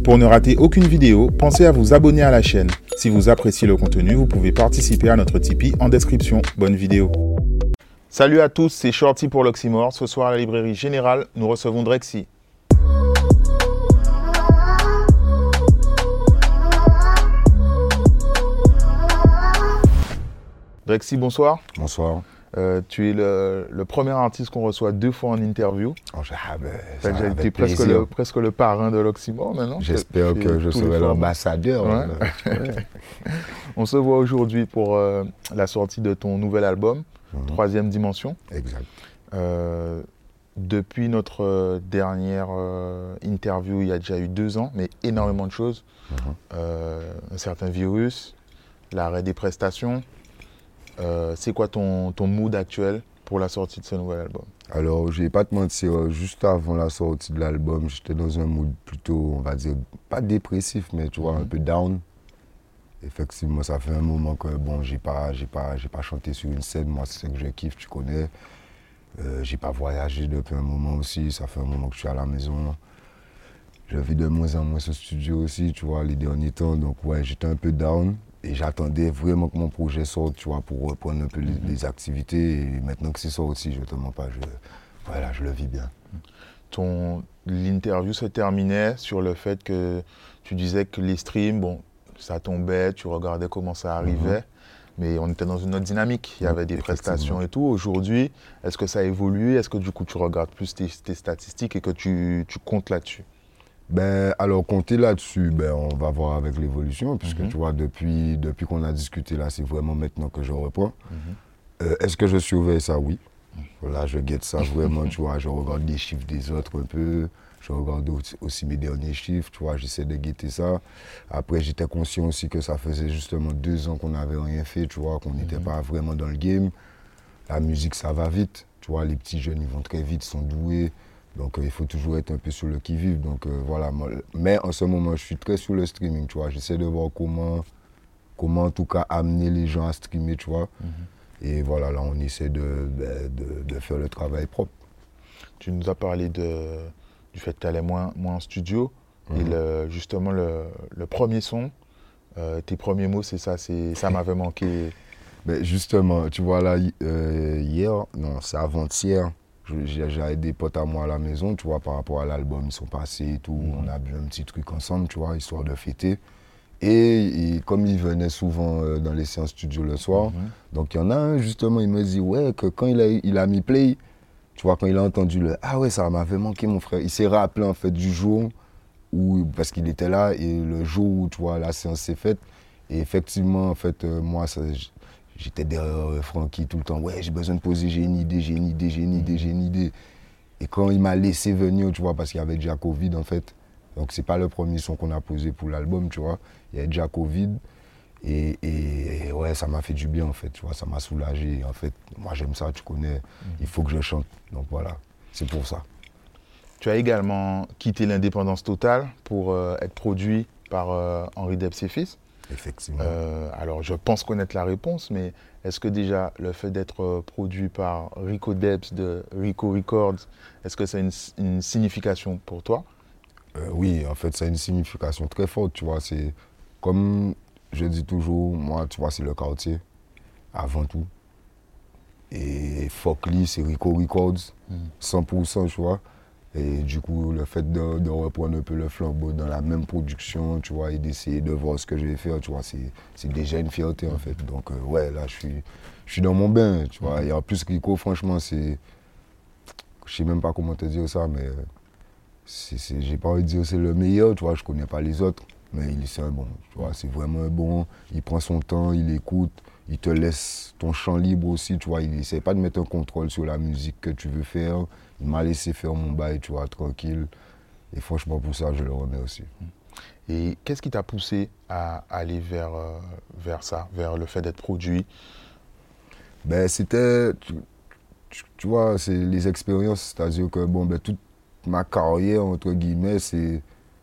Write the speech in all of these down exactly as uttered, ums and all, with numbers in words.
Pour ne rater aucune vidéo, pensez à vous abonner à la chaîne. Si vous appréciez le contenu, vous pouvez participer à notre Tipeee en description. Bonne vidéo. Salut à tous, c'est Shorty pour l'Oxymore. Ce soir à la librairie Générale, nous recevons Drexy. Drexy, bonsoir. Bonsoir. Euh, tu es le, le premier artiste qu'on reçoit deux fois en interview. Oh, ah ben, tu es presque le, presque le parrain de l'Oxymore maintenant. J'espère que je serai l'ambassadeur. Ouais. Ouais. On se voit aujourd'hui pour euh, la sortie de ton nouvel album, mm-hmm. Troisième Dimension. Exact. Euh, depuis notre dernière euh, interview, il y a déjà eu deux ans, mais énormément de choses. Mm-hmm. euh, un certain virus, l'arrêt des prestations. Euh, c'est quoi ton, ton mood actuel pour la sortie de ce nouvel album? Alors, je vais pas te mentir, juste avant la sortie de l'album, j'étais dans un mood plutôt, on va dire, pas dépressif, mais tu vois, mm-hmm. un peu down. Effectivement, ça fait un moment que, bon, j'ai pas, j'ai pas, j'ai pas chanté sur une scène, moi, c'est ce que je kiffe, tu connais. Euh, j'ai pas voyagé depuis un moment aussi, ça fait un moment que je suis à la maison. Je vis de moins en moins ce studio aussi, tu vois, les derniers temps, donc ouais, j'étais un peu down. Et j'attendais vraiment que mon projet sorte, tu vois, pour reprendre un peu les, les activités. Et maintenant que c'est sorti, je ne te mens pas, je, voilà, je le vis bien. Ton, l'interview se terminait sur le fait que tu disais que les streams, bon, ça tombait, tu regardais comment ça arrivait, mm-hmm. mais on était dans une autre dynamique. Il y avait des prestations et tout. Aujourd'hui, est-ce que ça a évolué? Est-ce que du coup, tu regardes plus tes, tes statistiques et que tu, tu comptes là-dessus? Ben, alors, compter là-dessus, ben, on va voir avec l'évolution, puisque mm-hmm. tu vois, depuis, depuis qu'on a discuté là, c'est vraiment maintenant que je reprends. Mm-hmm. Euh, est-ce que je surveille ça? Oui. Mm-hmm. Là, je guette ça vraiment, tu vois, je regarde les chiffres des autres un peu, je regarde aussi mes derniers chiffres, tu vois, j'essaie de guetter ça. Après, j'étais conscient aussi que ça faisait justement deux ans qu'on n'avait rien fait, tu vois, qu'on n'était mm-hmm. pas vraiment dans le game. La musique, ça va vite, tu vois, les petits jeunes, ils vont très vite, ils sont doués. Donc, euh, il faut toujours être un peu sur le qui-vive. Donc, euh, voilà. Mais en ce moment, je suis très sur le streaming, tu vois. J'essaie de voir comment, comment, en tout cas, amener les gens à streamer, tu vois. Mm-hmm. Et voilà, là, on essaie de, de, de, de faire le travail propre. Tu nous as parlé de, du fait que tu allais moins, moins en studio. Mm-hmm. Et le, justement, le, le premier son, euh, tes premiers mots, c'est ça, c'est, ça m'avait manqué. Ben justement, tu vois, là, euh, hier, non, c'est avant-hier. J'avais des potes à moi à la maison, tu vois, par rapport à l'album, ils sont passés et tout. Mmh. On a bu un petit truc ensemble, tu vois, histoire de fêter. Et, et comme ils venaient souvent euh, dans les séances studio le soir, mmh. donc il y en a un, justement, il me dit, ouais, que quand il a, il a mis play, tu vois, quand il a entendu le, ah ouais, ça m'avait manqué, mon frère. Il s'est rappelé, en fait, du jour où, parce qu'il était là, et le jour où, tu vois, la séance s'est faite. Et effectivement, en fait, euh, moi, ça... J'étais derrière Francky tout le temps. Ouais, j'ai besoin de poser, j'ai une idée, j'ai une idée, j'ai une idée, j'ai une idée. Et quand il m'a laissé venir, tu vois, parce qu'il y avait déjà Covid en fait. Donc c'est pas le premier son qu'on a posé pour l'album, tu vois. Il y avait déjà Covid. Et, et, et ouais, ça m'a fait du bien en fait, tu vois, ça m'a soulagé. En fait, moi j'aime ça, tu connais. Il faut que je chante. Donc voilà, c'est pour ça. Tu as également quitté l'indépendance totale pour euh, être produit par euh, Henri Debs et Fils. Effectivement. Euh, alors, je pense connaître la réponse, mais est-ce que déjà le fait d'être produit par Rico Debs de Rico Records, est-ce que ça a une, une signification pour toi? euh, Oui, en fait, ça a une signification très forte, tu vois. C'est comme je dis toujours, moi, tu vois, c'est le quartier, avant tout. Et Fockley, c'est Rico Records, mm. cent pour cent, tu vois. Et du coup, le fait de, de reprendre un peu le flambeau dans la même production, tu vois, et d'essayer de voir ce que je vais faire, tu vois, c'est, c'est déjà une fierté, en fait. Donc, euh, ouais, là, je suis, je suis dans mon bain, tu vois. Et en plus, Rico, franchement, c'est... Je sais même pas comment te dire ça, mais... C'est, c'est, j'ai pas envie de dire c'est le meilleur, tu vois, je connais pas les autres. Mais il c'est un bon, tu vois, c'est vraiment un bon. Il prend son temps, il écoute, il te laisse ton champ libre aussi, tu vois. Il essaie pas de mettre un contrôle sur la musique que tu veux faire. Il m'a laissé faire mon bail, tu vois, tranquille. Et franchement, pour ça, je le remets aussi. Et qu'est-ce qui t'a poussé à aller vers, euh, vers ça, vers le fait d'être produit? Ben, c'était, tu, tu, tu vois, c'est les expériences, c'est-à-dire que, bon, ben, toute ma carrière, entre guillemets, c'est...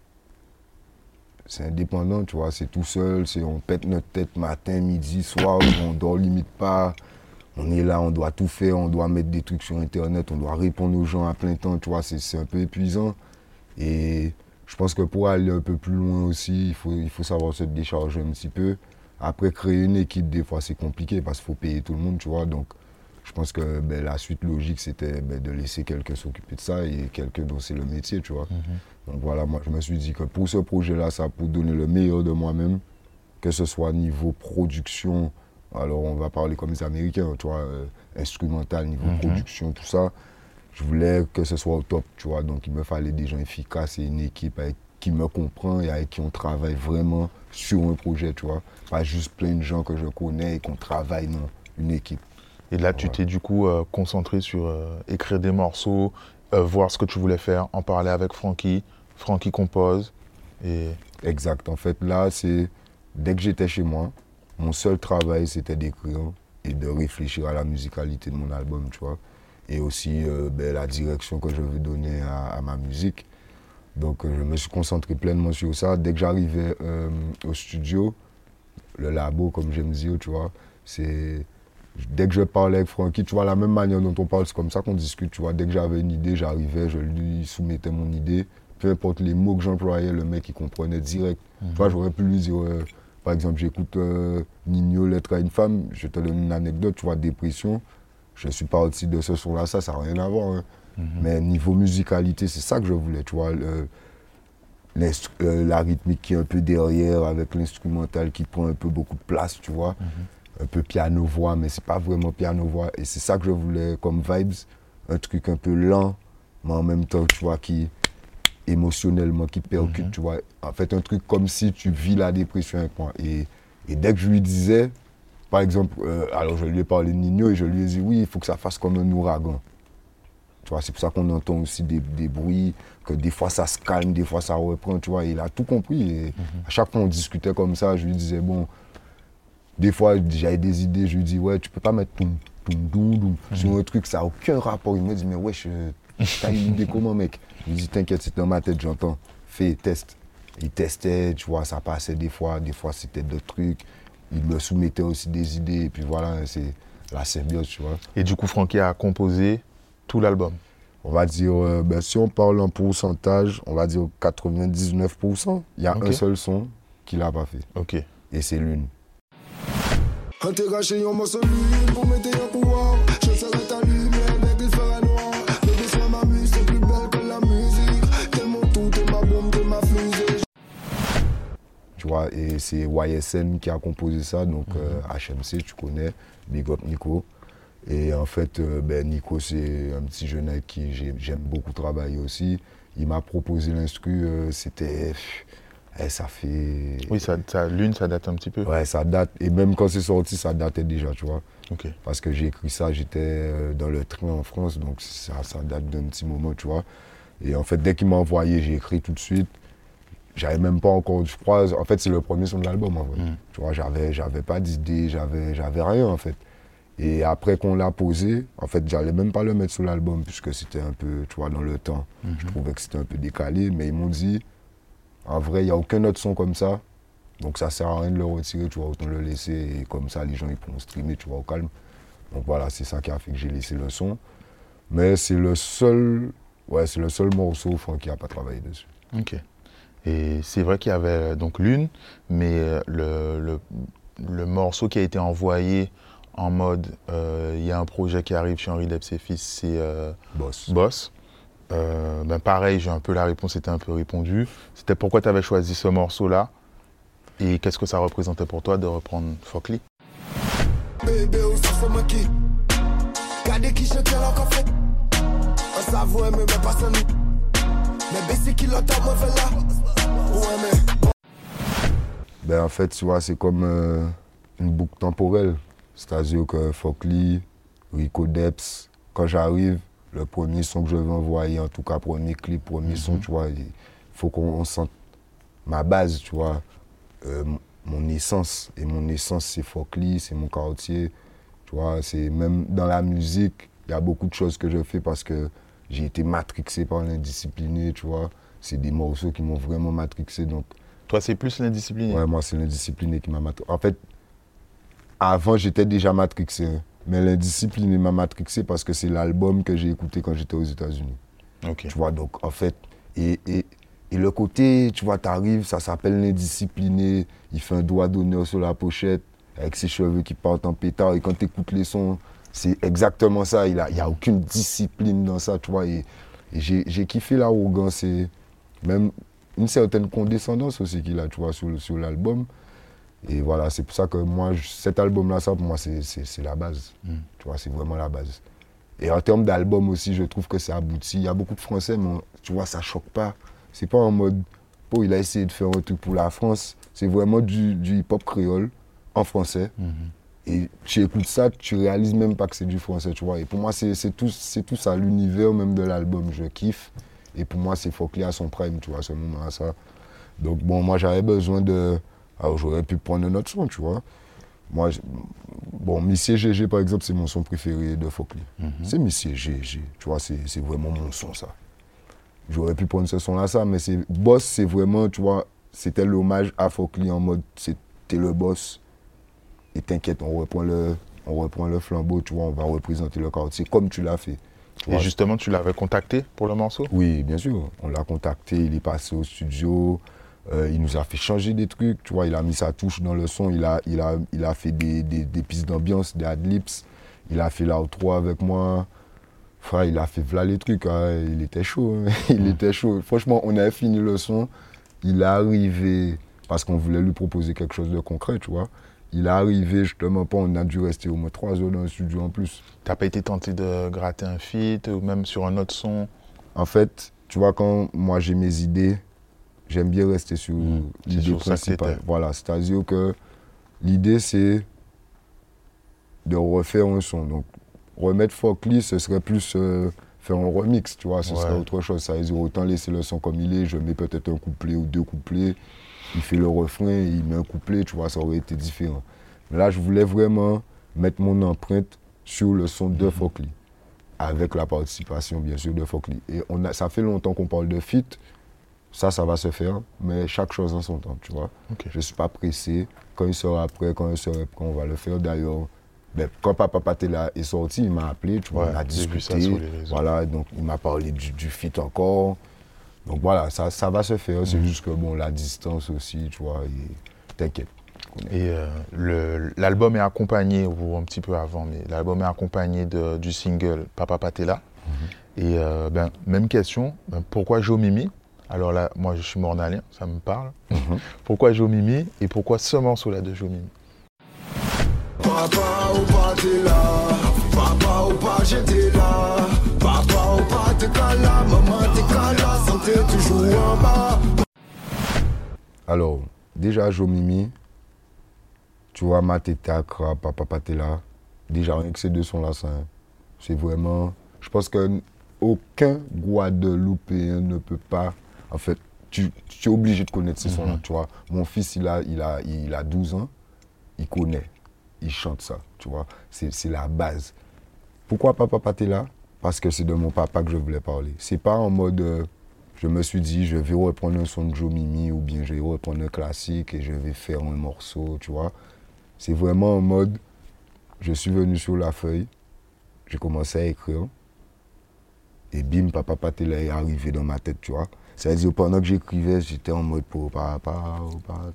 C'est indépendant, tu vois, c'est tout seul, c'est on pète notre tête matin, midi, soir, on dort limite pas. On est là, on doit tout faire, on doit mettre des trucs sur Internet, on doit répondre aux gens à plein temps, tu vois, c'est, c'est un peu épuisant. Et je pense que pour aller un peu plus loin aussi, il faut, il faut savoir se décharger un petit peu. Après, créer une équipe, des fois, c'est compliqué parce qu'il faut payer tout le monde, tu vois. Donc, je pense que ben, la suite logique, c'était ben, de laisser quelqu'un s'occuper de ça et quelqu'un dont c'est le métier, tu vois. Mm-hmm. Donc voilà, moi, je me suis dit que pour ce projet-là, ça pour donner le meilleur de moi-même, que ce soit niveau production, alors on va parler comme les Américains, tu vois, euh, instrumental, niveau mm-hmm. production, tout ça. Je voulais que ce soit au top, tu vois. Donc, il me fallait des gens efficaces et une équipe avec, qui me comprend et avec qui on travaille vraiment sur un projet, tu vois. Pas juste plein de gens que je connais et qu'on travaille, non, une équipe. Et là, tu voilà. t'es du coup euh, concentré sur euh, écrire des morceaux, euh, voir ce que tu voulais faire, en parler avec Franky. Franky compose. Et... Exact. En fait, là, c'est dès que j'étais chez moi, mon seul travail, c'était d'écrire et de réfléchir à la musicalité de mon album, tu vois. Et aussi euh, ben, la direction que je veux donner à, à ma musique. Donc euh, je me suis concentré pleinement sur ça. Dès que j'arrivais euh, au studio, le labo, comme j'aime dire, tu vois, c'est... Dès que je parlais avec Franky, tu vois, la même manière dont on parle, c'est comme ça qu'on discute, tu vois. Dès que j'avais une idée, j'arrivais, je lui soumettais mon idée. Peu importe les mots que j'employais, le mec, il comprenait direct. Mm-hmm. Tu vois, j'aurais pu lui dire, euh, par exemple, j'écoute euh, Nino, Lettre à une femme, je te donne une anecdote, tu vois, dépression. Je suis parti de ce son-là, ça, ça n'a rien à voir. Hein. Mm-hmm. Mais niveau musicalité, c'est ça que je voulais, tu vois. Le, euh, la rythmique qui est un peu derrière, avec l'instrumental qui prend un peu beaucoup de place, tu vois. Mm-hmm. Un peu piano-voix, mais c'est pas vraiment piano-voix. Et c'est ça que je voulais comme vibes. Un truc un peu lent, mais en même temps, tu vois, qui émotionnellement, qui percute, mm-hmm. tu vois. En fait, un truc comme si tu vis la dépression avec moi. Et, et dès que je lui disais, par exemple, euh, alors je lui ai parlé de Nino et je lui ai dit, oui, il faut que ça fasse comme un ouragan. Tu vois, c'est pour ça qu'on entend aussi des, des bruits, que des fois ça se calme, des fois ça reprend, tu vois. Et il a tout compris. Et mm-hmm. à chaque fois on discutait comme ça, je lui disais, bon, des fois j'avais des idées, je lui dis, ouais, tu peux pas mettre toum, toum, toum, toum mm-hmm. sur un truc, ça n'a aucun rapport. Il me dit, mais ouais, t'as une idée comment, mec? Je lui dis, t'inquiète, c'est dans ma tête, j'entends. Fais, teste. Il testait, tu vois, ça passait des fois, des fois c'était d'autres trucs. Il me soumettait aussi des idées, et puis voilà, c'est la symbiose, tu vois. Et du coup, Franky a composé tout l'album? On va dire, euh, ben, si on parle en pourcentage, on va dire quatre-vingt-dix-neuf pour cent. Il y a okay. un seul son qu'il n'a pas fait. Ok. Et c'est Lune. Tu vois, et c'est Y S N qui a composé ça, donc mm-hmm. euh, H M C, tu connais, Big Up Nico. Et en fait, euh, ben, Nico, c'est un petit jeune avec qui j'aime beaucoup travailler aussi. Il m'a proposé l'instru, euh, c'était... Eh, ça fait... Oui, ça, ça, Lune, ça date un petit peu. Ouais, ça date. Et même quand c'est sorti, ça datait déjà, tu vois. Okay. Parce que j'ai écrit ça, j'étais euh, dans le train en France, donc ça, ça date d'un petit moment, tu vois. Et en fait, dès qu'il m'a envoyé, j'ai écrit tout de suite. J'avais même pas encore, je crois, en fait, c'est le premier son de l'album, en vrai. Mm. Tu vois, j'avais, j'avais pas d'idée, j'avais, j'avais rien, en fait. Et après qu'on l'a posé, en fait, j'allais même pas le mettre sur l'album, puisque c'était un peu, tu vois, dans le temps. Mm-hmm. Je trouvais que c'était un peu décalé, mais ils m'ont dit, en vrai, il n'y a aucun autre son comme ça, donc ça sert à rien de le retirer, tu vois, autant le laisser, et comme ça, les gens, ils pourront streamer, tu vois, au calme. Donc voilà, c'est ça qui a fait que j'ai laissé le son. Mais c'est le seul, ouais, c'est le seul morceau, enfin, qui n'a pas travaillé dessus. Ok. Et c'est vrai qu'il y avait donc Lune, mais le, le, le morceau qui a été envoyé en mode, il euh, y a un projet qui arrive chez Henri Debs et Fils, c'est euh, Boss. Boss. Euh, ben pareil, j'ai un peu la réponse, était un peu répondue. C'était pourquoi tu avais choisi ce morceau-là et qu'est-ce que ça représentait pour toi de reprendre Focli? Ben en fait, tu vois, c'est comme euh, une boucle temporelle. C'est-à-dire que Focli, Rico Debs, quand j'arrive, le premier son que je vais envoyer, en tout cas premier clip, premier mm-hmm. son, tu vois, il faut qu'on sente ma base, tu vois, euh, mon essence. Et mon essence, c'est Focli, c'est mon quartier, tu vois, c'est même dans la musique, il y a beaucoup de choses que je fais parce que j'ai été matrixé par l'indiscipliné, tu vois. C'est des morceaux qui m'ont vraiment matrixé, donc... Toi, c'est plus l'indiscipliné? Ouais, moi, c'est l'indiscipliné qui m'a matrixé. En fait, avant, j'étais déjà matrixé, hein. Mais l'indiscipliné m'a matrixé parce que c'est l'album que j'ai écouté quand j'étais aux États-Unis. Okay. Tu vois, donc en fait, et, et, Et le côté, tu vois, t'arrives, ça s'appelle l'indiscipliné, il fait un doigt d'honneur sur la pochette, avec ses cheveux qui partent en pétard, et quand t'écoutes les sons, c'est exactement ça, il n'y a, il y a aucune discipline dans ça, tu vois, et, et j'ai, j'ai kiffé l'arrogance et même une certaine condescendance aussi qu'il a, tu vois, sur, sur l'album. Et voilà, c'est pour ça que moi, je- cet album-là, ça, pour moi, c'est, c'est, c'est la base, mm. tu vois, c'est vraiment la base. Et en termes d'album aussi, je trouve que c'est abouti. Il y a beaucoup de Français, mais tu vois, ça choque pas. C'est pas en mode, oh, il a essayé de faire un truc pour la France. C'est vraiment du, du hip-hop créole en français. Mm-hmm. Et tu écoutes ça, tu réalises même pas que c'est du français, tu vois. Et pour moi, c'est, c'est, tout, c'est tout ça, l'univers même de l'album, je kiffe. Et pour moi, c'est Focli à son prime, tu vois, à ce moment-là, ça. Donc bon, moi, j'avais besoin de... Alors, j'aurais pu prendre un autre son, tu vois. Moi, je... bon, Missier G G, par exemple, c'est mon son préféré de Focli. Mm-hmm. C'est Missier G G, tu vois, c'est, c'est vraiment mon son, ça. J'aurais pu prendre ce son-là, ça, mais c'est Boss, c'est vraiment, tu vois, c'était l'hommage à Focli en mode, c'était le boss. Et t'inquiète, on reprend le, on reprend le flambeau, tu vois, on va représenter le quartier comme tu l'as fait. Tu Et vois, justement, tu l'avais contacté pour le morceau? Oui, bien sûr. On l'a contacté, il est passé au studio, euh, il nous a fait changer des trucs, tu vois, il a mis sa touche dans le son, il a, il a, il a fait des, des, des pistes d'ambiance, des adlibs, il a fait l'outro avec moi. Enfin, il a fait voilà les trucs, hein. Il était chaud, hein. il mmh. était chaud. Franchement, on avait fini le son, il est arrivé, parce qu'on voulait lui proposer quelque chose de concret, tu vois. Il est arrivé, je te mens pas, on a dû rester au moins trois heures dans le studio en plus. T'as pas été tenté de gratter un feat ou même sur un autre son? En fait, tu vois, quand moi j'ai mes idées, j'aime bien rester sur mmh. l'idée principale. Voilà, c'est-à-dire que l'idée c'est de refaire un son. Donc, remettre Focli, ce serait plus euh, faire un remix, tu vois, ce ouais. serait autre chose. Ça veut dire autant laisser le son comme il est, je mets peut-être un couplet ou deux couplets, il fait le refrain, il met un couplet, tu vois, ça aurait été différent. Mais là, je voulais vraiment mettre mon empreinte sur le son de Focli, avec la participation, bien sûr, de Focli. Et on a, ça fait longtemps qu'on parle de feat, ça, ça va se faire, mais chaque chose en son temps, tu vois. Okay. Je ne suis pas pressé. Quand il sera prêt, quand il sera prêt, on va le faire. D'ailleurs, ben, quand Papa Patella est sorti, il m'a appelé, tu vois, ouais, on a discuté, voilà, donc il m'a parlé du, du feat encore. Donc voilà, ça, ça va se faire, mmh. c'est juste que bon, la distance aussi, tu vois, et t'inquiète. Et euh, le, l'album est accompagné, ou un petit peu avant, mais l'album est accompagné de, du single Papa Patella. Mmh. Et euh, ben, même question, ben, pourquoi Jo Mimi? Alors là, moi je suis mornalien, ça me parle. Mmh. Pourquoi Jo Mimi et pourquoi ce morceau-là de Jo Mimi? Papa ou pas t'es là, papa ou pas j'étais là, papa ou pas t'es là, maman t'es là, santé toujours en bas. Alors, déjà Jo Mimi, tu vois, Mateta, Kra, Papa Patella, déjà rien que ces deux sons-là, ça, c'est vraiment, je pense qu'aucun Guadeloupéen ne peut pas, en fait, tu, tu es obligé de connaître ces mm-hmm. sons-là, tu vois. Mon fils, il a, il a, il a douze ans, il connaît. Il chante ça, tu vois, c'est, c'est la base. Pourquoi Papa Patella? Parce que c'est de mon papa que je voulais parler. C'est pas en mode, euh, je me suis dit, je vais reprendre un son de Jo Mimi ou bien je vais reprendre un classique et je vais faire un morceau, tu vois. C'est vraiment en mode, je suis venu sur la feuille, j'ai commencé à écrire et bim, Papa Patella est arrivé dans ma tête, tu vois. C'est-à-dire, pendant que j'écrivais, j'étais en mode, pour papa, papa,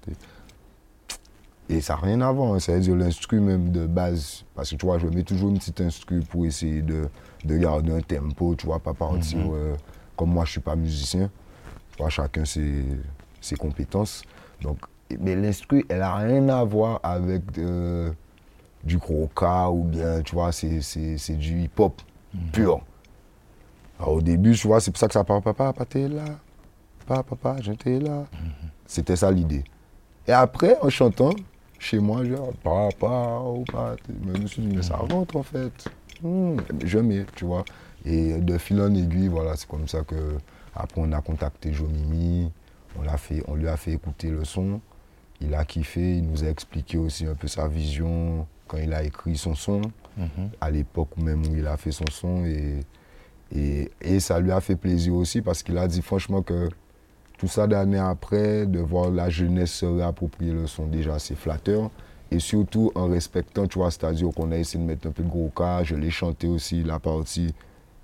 et ça n'a rien à voir, hein. Ça veut dire l'instru même de base. Parce que tu vois, je mets toujours une petite instru pour essayer de, de garder un tempo, tu vois, pas partir. Mm-hmm. euh, comme moi, je ne suis pas musicien, tu vois, chacun ses, ses compétences. Donc, mais l'instru, elle n'a rien à voir avec euh, du croca ou bien, tu vois, c'est, c'est, c'est du hip-hop mm-hmm. pur. Alors, au début, tu vois, c'est pour ça que ça parle papa, papa, t'es là, papa, papa, j'étais là. Mm-hmm. C'était ça l'idée. Et après, en chantant, chez moi, je dis, papa, ou pas. Mais je me suis dit, mais ça rentre en fait. Mmh, jamais, tu vois. Et de fil en aiguille, voilà, c'est comme ça que après on a contacté Jo Mimi, on, l'a fait, on lui a fait écouter le son. Il a kiffé, il nous a expliqué aussi un peu sa vision quand il a écrit son son, mmh. à l'époque même où il a fait son son. Et, et, et ça lui a fait plaisir aussi parce qu'il a dit franchement que tout ça d'années après, de voir la jeunesse se réapproprier le son, déjà, c'est flatteur. Et surtout en respectant, tu vois, c'est-à-dire qu'on a essayé de mettre un peu de gros cas. Je l'ai chanté aussi, la partie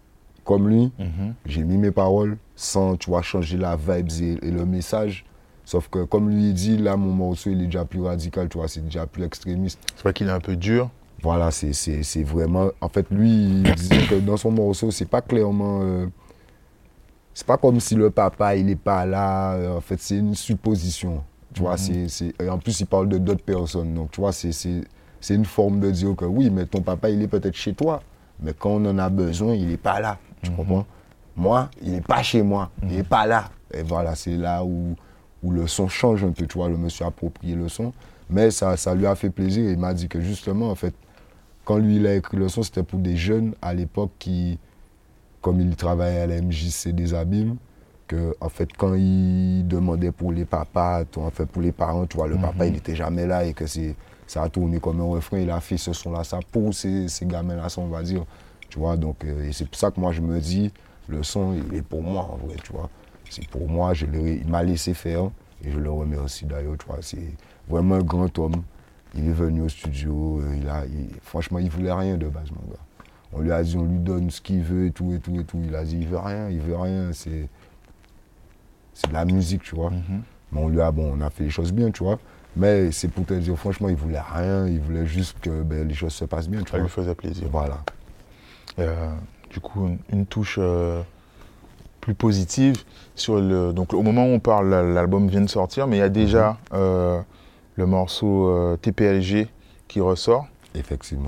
comme lui, Mhm. j'ai mis mes paroles sans, tu vois, changer la vibe et, et le message. Sauf que, comme lui dit, là, mon morceau, il est déjà plus radical, tu vois, c'est déjà plus extrémiste. C'est vrai qu'il est un peu dur. Voilà, c'est, c'est, c'est vraiment... En fait, lui, il disait que dans son morceau, c'est pas clairement... Euh, c'est pas comme si le papa, il est pas là. Euh, en fait, c'est une supposition. Tu vois, Mhm. c'est, c'est... Et en plus, il parle de d'autres personnes. Donc, tu vois, c'est, c'est, c'est une forme de dire que oui, mais ton papa, il est peut-être chez toi. Mais quand on en a besoin, il est pas là. Tu Mhm. comprends? Moi, il n'est pas chez moi. Il Mhm. n'est pas là. Et voilà, c'est là où, où le son change un peu. Tu vois, je me suis approprié le son. Mais ça, ça lui a fait plaisir. Il m'a dit que justement, en fait, quand lui, il a écrit le son, c'était pour des jeunes à l'époque qui, comme il travaillait à la M J C des Abîmes, que, en fait, quand il demandait pour les papas, en fait, pour les parents, tu vois, le Mhm. papa, il n'était jamais là et que c'est, ça a tourné comme un refrain. Il a fait ce son-là, ça pour ces, ces gamins-là, ça, on va dire. Tu vois, donc, euh, et c'est pour ça que moi, je me dis, le son, il est pour moi, en vrai, tu vois. C'est pour moi, je le, il m'a laissé faire et je le remercie d'ailleurs, tu vois. C'est vraiment un grand homme. Il est venu au studio, euh, il a, il, franchement, il voulait rien de base, mon gars. On lui a dit, on lui donne ce qu'il veut et tout, et tout, et tout. Il a dit, il veut rien, il veut rien, c'est, c'est de la musique, tu vois. Mhm. Mais on lui a, bon, on a fait les choses bien, tu vois. Mais c'est pour te dire, franchement, il voulait rien, il voulait juste que ben, les choses se passent bien, tu Ça vois. lui faisait plaisir. Voilà. Euh, du coup, une, une touche euh, plus positive sur le. Donc, au moment où on parle, l'album vient de sortir, mais il y a déjà Mhm. euh, le morceau euh, T P L G qui ressort. Effectivement.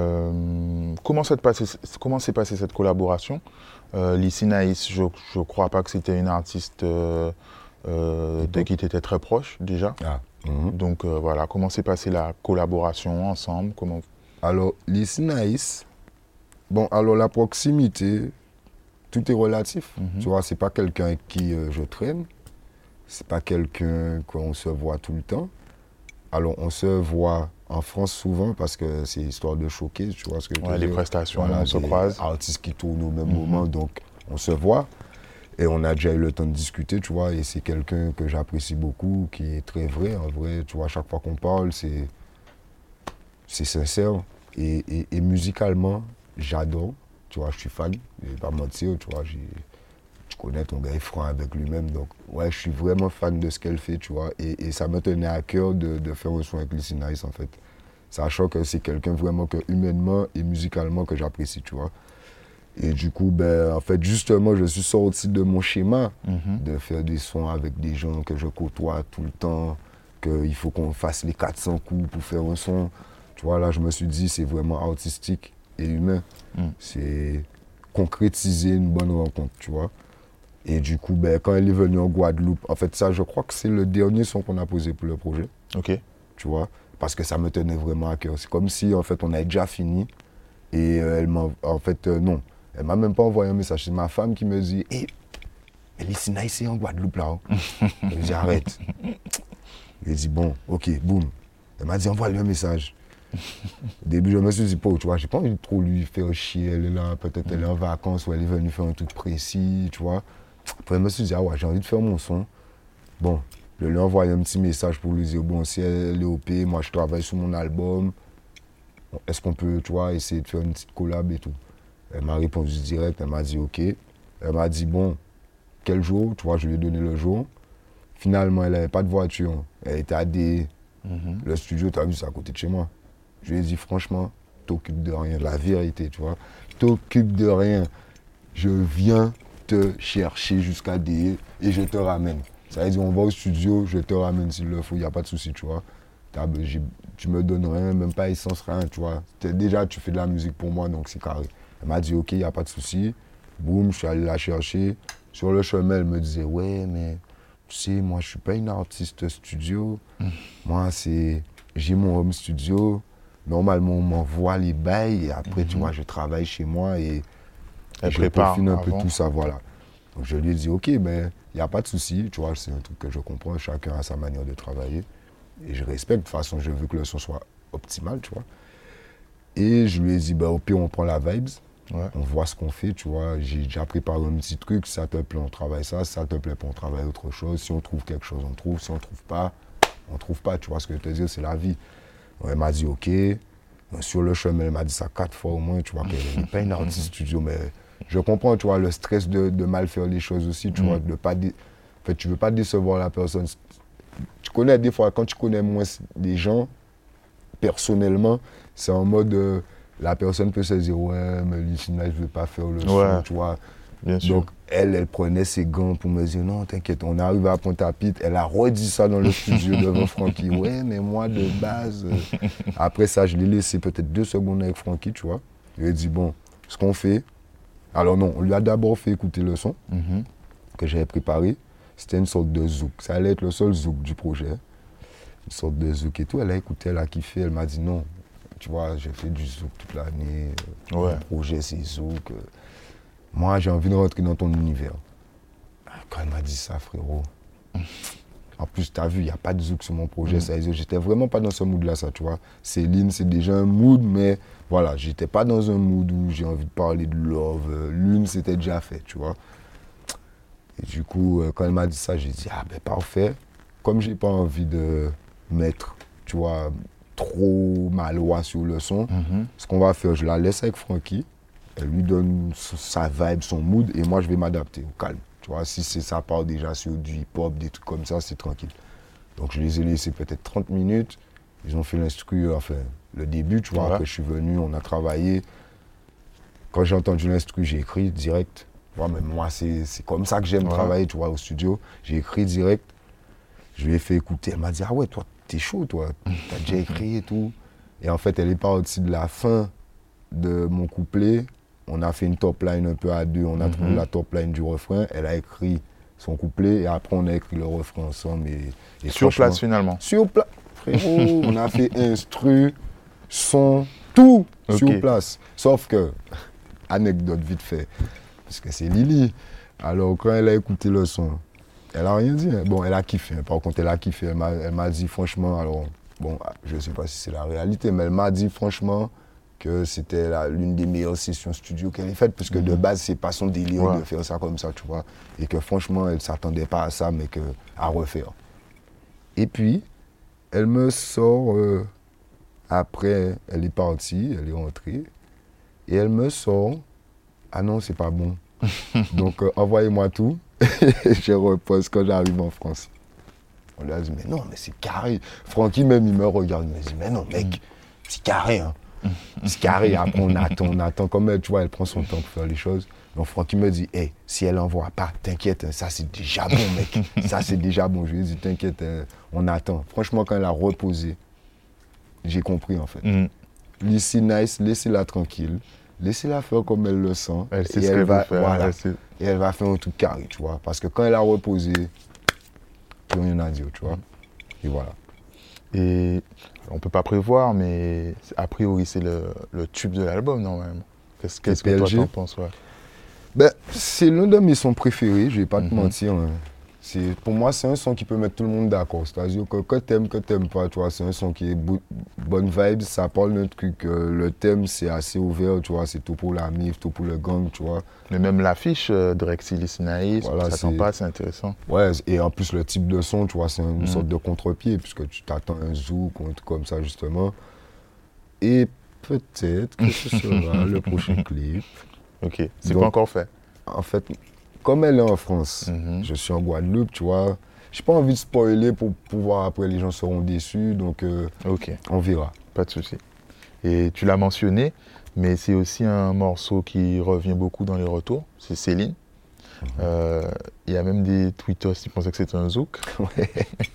Euh, comment s'est passé, comment s'est passée cette collaboration? euh, Lissy Naïs, je ne crois pas que c'était une artiste euh, euh, de qui tu étais très proche déjà. Ah. Mhm. Donc euh, voilà, comment s'est passée la collaboration ensemble? Comment... Alors, Lissy Naïs, bon, alors la proximité, tout est relatif. Mhm. Tu vois, c'est pas quelqu'un avec qui euh, je traîne, c'est pas quelqu'un qu'on se voit tout le temps. Alors, on se voit en France souvent parce que c'est histoire de choquer, tu vois ce que je veux Ouais, les dire. prestations, Voilà, on se des croise. artistes qui tournent au même Mhm. moment, donc on se voit. Et on a déjà eu le temps de discuter, tu vois, et c'est quelqu'un que j'apprécie beaucoup, qui est très vrai, en vrai, tu vois, chaque fois qu'on parle, c'est, c'est sincère. Et, et, et musicalement, j'adore, tu vois, je suis fan, je vais pas mentir, tu vois, j'ai, tu connais ton gars, il est franc avec lui-même, donc ouais, je suis vraiment fan de ce qu'elle fait, tu vois, et, et ça me tenait à cœur de, de faire un son avec Lissy Naïs, en fait. Sachant que c'est quelqu'un vraiment que humainement et musicalement que j'apprécie, tu vois. Et du coup, ben, en fait, justement, je suis sorti de mon schéma Mhm. de faire des sons avec des gens que je côtoie tout le temps, qu'il faut qu'on fasse les quatre cents coups pour faire un son. Tu vois, là, je me suis dit, c'est vraiment artistique et humain. Mm. C'est concrétiser une bonne rencontre, tu vois. Et du coup, ben, quand elle est venue en Guadeloupe, en fait, ça, je crois que c'est le dernier son qu'on a posé pour le projet, Ok. tu vois, parce que ça me tenait vraiment à cœur. C'est comme si, en fait, on avait déjà fini et euh, elle m'a, en fait, euh, non. Elle m'a même pas envoyé un message. C'est ma femme qui me dit, hé, hey, Lissy Naïs est en Guadeloupe là. Hein. Je lui ai dit, arrête. Je lui ai dit, bon, ok, boum. Elle m'a dit, envoie-lui un message. Au début, je me suis dit, bon, tu vois, j'ai pas envie de trop lui faire chier. Elle est là, peut-être elle est en vacances ou elle est venue faire un truc précis, tu vois. Après, je me suis dit, ah ouais, j'ai envie de faire mon son. Bon, je lui ai envoyé un petit message pour lui dire, bon, si elle est O P, moi je travaille sur mon album. Est-ce qu'on peut, tu vois, essayer de faire une petite collab et tout. Elle m'a répondu direct, elle m'a dit ok. Elle m'a dit bon, quel jour, tu vois, je lui ai donné le jour. Finalement, elle n'avait pas de voiture. Elle était à des... Mhm. Le studio, tu as vu, c'est à côté de chez moi. Je lui ai dit franchement, t'occupes de rien, la vérité, tu vois. T'occupes de rien. Je viens te chercher jusqu'à des et je te ramène. Ça veut dire, on va au studio, je te ramène s'il le faut, il n'y a pas de souci, tu vois. Tu me donnes rien, même pas essence, rien, tu vois. Déjà, tu fais de la musique pour moi, donc c'est carré. Elle m'a dit, ok, il n'y a pas de souci. Boum, je suis allé la chercher. Sur le chemin, elle me disait, ouais, mais tu sais, moi, je ne suis pas une artiste studio. Mm. Moi, c'est, j'ai mon home studio. Normalement, on m'envoie les bails et après, mm-hmm. tu vois, je travaille chez moi et, et je peaufine un peu tout ça, voilà. Donc, je lui ai dit, ok, mais il n'y a pas de souci, tu vois, c'est un truc que je comprends. Chacun a sa manière de travailler. Et je respecte, de toute façon, je veux que le son soit optimal, tu vois. Et je lui ai dit, bah, au pire, on prend la vibes. Ouais. On voit ce qu'on fait, tu vois. J'ai déjà préparé un petit truc. Si ça te plaît, on travaille ça. Si ça te plaît pas, on travaille autre chose. Si on trouve quelque chose, on trouve. Si on trouve pas, on trouve pas. Tu vois ce que je te dis, c'est la vie. Donc, elle m'a dit OK. Sur le chemin, elle m'a dit ça quatre fois au moins. Tu vois qu'elle n'est pas une artiste studio, mais je comprends, tu vois, le stress de, de mal faire les choses aussi, tu Mm. vois, de pas dé... en fait, tu veux pas décevoir la personne. Tu connais des fois, quand tu connais moins des gens, personnellement, c'est en mode, euh, la personne peut se dire, ouais, mais Lucina, je veux pas faire le son, Ouais. tu vois. Bien sûr. Donc, elle, elle prenait ses gants pour me dire, non, t'inquiète, on arrive à Pointe-à-Pitre. Elle a redit ça dans le studio devant Francky. Ouais, mais moi, de base. euh, Après ça, je l'ai laissé peut-être deux secondes avec Francky, tu vois. Je lui ai dit, bon, ce qu'on fait. Alors, non, on lui a d'abord fait écouter le son Mhm. que j'avais préparé. C'était une sorte de zouk. Ça allait être le seul zouk du projet. Une sorte de zouk et tout. Elle a écouté, elle a kiffé. Elle m'a dit, non, tu vois, j'ai fait du zouk toute l'année. euh, Ouais. Mon projet, c'est zouk. euh, Moi, j'ai envie de rentrer dans ton univers. Quand elle m'a dit ça, frérot. En plus, tu as vu, il n'y a pas de zouk sur mon projet. Mm. Ça, j'étais vraiment pas dans ce mood-là, ça, tu vois. Céline, c'est déjà un mood, mais voilà, j'étais pas dans un mood où j'ai envie de parler de love. Euh, Lune, c'était déjà fait, tu vois. Et du coup, euh, quand elle m'a dit ça, j'ai dit, ah ben parfait. Comme j'ai pas envie de mettre, tu vois, trop ma loi sur le son, Mhm. ce qu'on va faire, je la laisse avec Francky. Elle lui donne sa vibe, son mood, et moi je vais m'adapter au calme. Tu vois, si c'est ça part déjà sur du hip-hop, des trucs comme ça, c'est tranquille. Donc je les ai laissés peut-être trente minutes. Ils ont fait l'instru, enfin le début, tu vois. Ouais. Après je suis venu, on a travaillé. Quand j'ai entendu l'instru, j'ai écrit direct. Tu vois, même moi, c'est c'est comme ça que j'aime Ouais. travailler, tu vois, au studio. J'ai écrit direct. Je lui ai fait écouter. Elle m'a dit, ah ouais, toi, t'es chaud, toi. T'as déjà écrit et tout. Et en fait, elle est partie de la fin de mon couplet. On a fait une top line un peu à deux. On a Mhm. trouvé la top line du refrain. Elle a écrit son couplet et après, on a écrit le refrain ensemble. Et, et Sur franchement- place finalement. Sur place. Frérot, on a fait instru, son, tout Ok. sur place. Sauf que, anecdote vite fait, parce que c'est Lily. Alors, quand elle a écouté le son, elle a rien dit. Hein. Bon, elle a kiffé. Hein. Par contre, elle a kiffé. Elle m'a, elle m'a dit franchement, alors, bon, je ne sais pas si c'est la réalité, mais elle m'a dit franchement que c'était la- l'une des meilleures sessions studio qu'elle ait faites, parce que de base, c'est pas son délire Ouais. de faire ça comme ça, tu vois. Et que franchement, elle ne s'attendait pas à ça, mais que, à refaire. Et puis, elle me sort, euh, après, elle est partie, elle est rentrée, et elle me sort, ah non, c'est pas bon. Donc, euh, envoyez-moi tout, et je repose quand j'arrive en France. On lui a dit, mais non, mais c'est carré. Francky, même, il me regarde, il me dit, mais non, mec, c'est carré, hein. C'est carré, après, on attend, on attend. Comme elle, tu vois, elle prend son temps pour faire les choses. Donc, Francky me dit, hey, si elle envoie pas, t'inquiète, hein, ça, c'est déjà bon, mec. Ça, c'est déjà bon. Je lui ai dit, t'inquiète, hein, on attend. Franchement, quand elle a reposé, j'ai compris, en fait. Mm. Laissez nice, laissez-la tranquille. Laissez-la faire comme elle le sent. Elle sait et ce elle qu'elle va, veut faire. voilà. Elle sait- Et elle va faire un truc carré, tu vois. Parce que quand elle a reposé, plus rien à dire, tu vois. Et voilà. Et on ne peut pas prévoir, mais a priori, c'est le, le tube de l'album, normalement. Qu'est-ce, qu'est-ce que toi, P L G? t'en penses? Ouais. Ben, c'est l'un de mes sons préférés, je vais pas te Mhm. mentir. Hein. C'est, pour moi, c'est un son qui peut mettre tout le monde d'accord. C'est-à-dire que que t'aimes, que t'aimes pas, tu vois, c'est un son qui est bo- bonne vibe. Ça parle d'un truc, euh, le thème, c'est assez ouvert, tu vois. C'est tout pour la mif, tout pour le gang, tu vois. Mais même l'affiche euh, de Rexy Licinaïs, Voilà, on s'attend c'est- pas, c'est intéressant. Ouais, et en plus, le type de son, tu vois, c'est une Mhm. sorte de contre-pied, puisque tu t'attends un zouk ou un truc comme ça, justement. Et peut-être que ce sera le prochain clip. Ok, c'est Donc- pas encore fait. En fait, comme elle est en France, Mhm. je suis en Guadeloupe, tu vois. J'ai pas envie de spoiler pour pouvoir, après, les gens seront déçus, donc euh, Ok, on verra. pas de souci. Et tu l'as mentionné, mais c'est aussi un morceau qui revient beaucoup dans les retours, c'est Céline. Euh, Il y a même des tweetos qui pensaient que c'était un zouk. Ouais.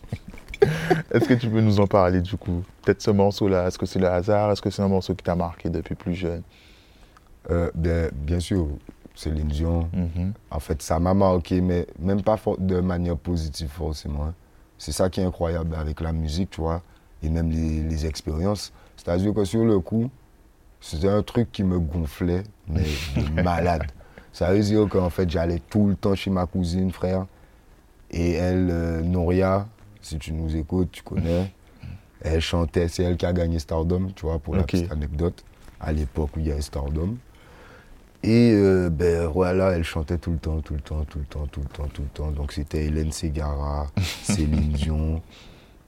Est-ce que tu peux nous en parler du coup? Peut-être ce morceau-là, est-ce que c'est le hasard? Est-ce que c'est un morceau qui t'a marqué depuis plus jeune? Euh, bien, bien sûr, Céline Dion, Mhm. en fait, ça m'a marqué, mais même pas for- de manière positive forcément. hein. C'est ça qui est incroyable avec la musique, tu vois, et même les, les expériences. C'est-à-dire que sur le coup, c'était un truc qui me gonflait, mais de malade. Ça veut dire qu'en fait, j'allais tout le temps chez ma cousine, frère, et elle, euh, Noria, si tu nous écoutes, tu connais, elle chantait, c'est elle qui a gagné Stardom, tu vois, pour la Ok. petite anecdote, à l'époque où il y avait Stardom. Et euh, ben voilà, elle chantait tout le temps, tout le temps, tout le temps, tout le temps, tout le temps. Donc c'était Hélène Ségara, Céline Dion.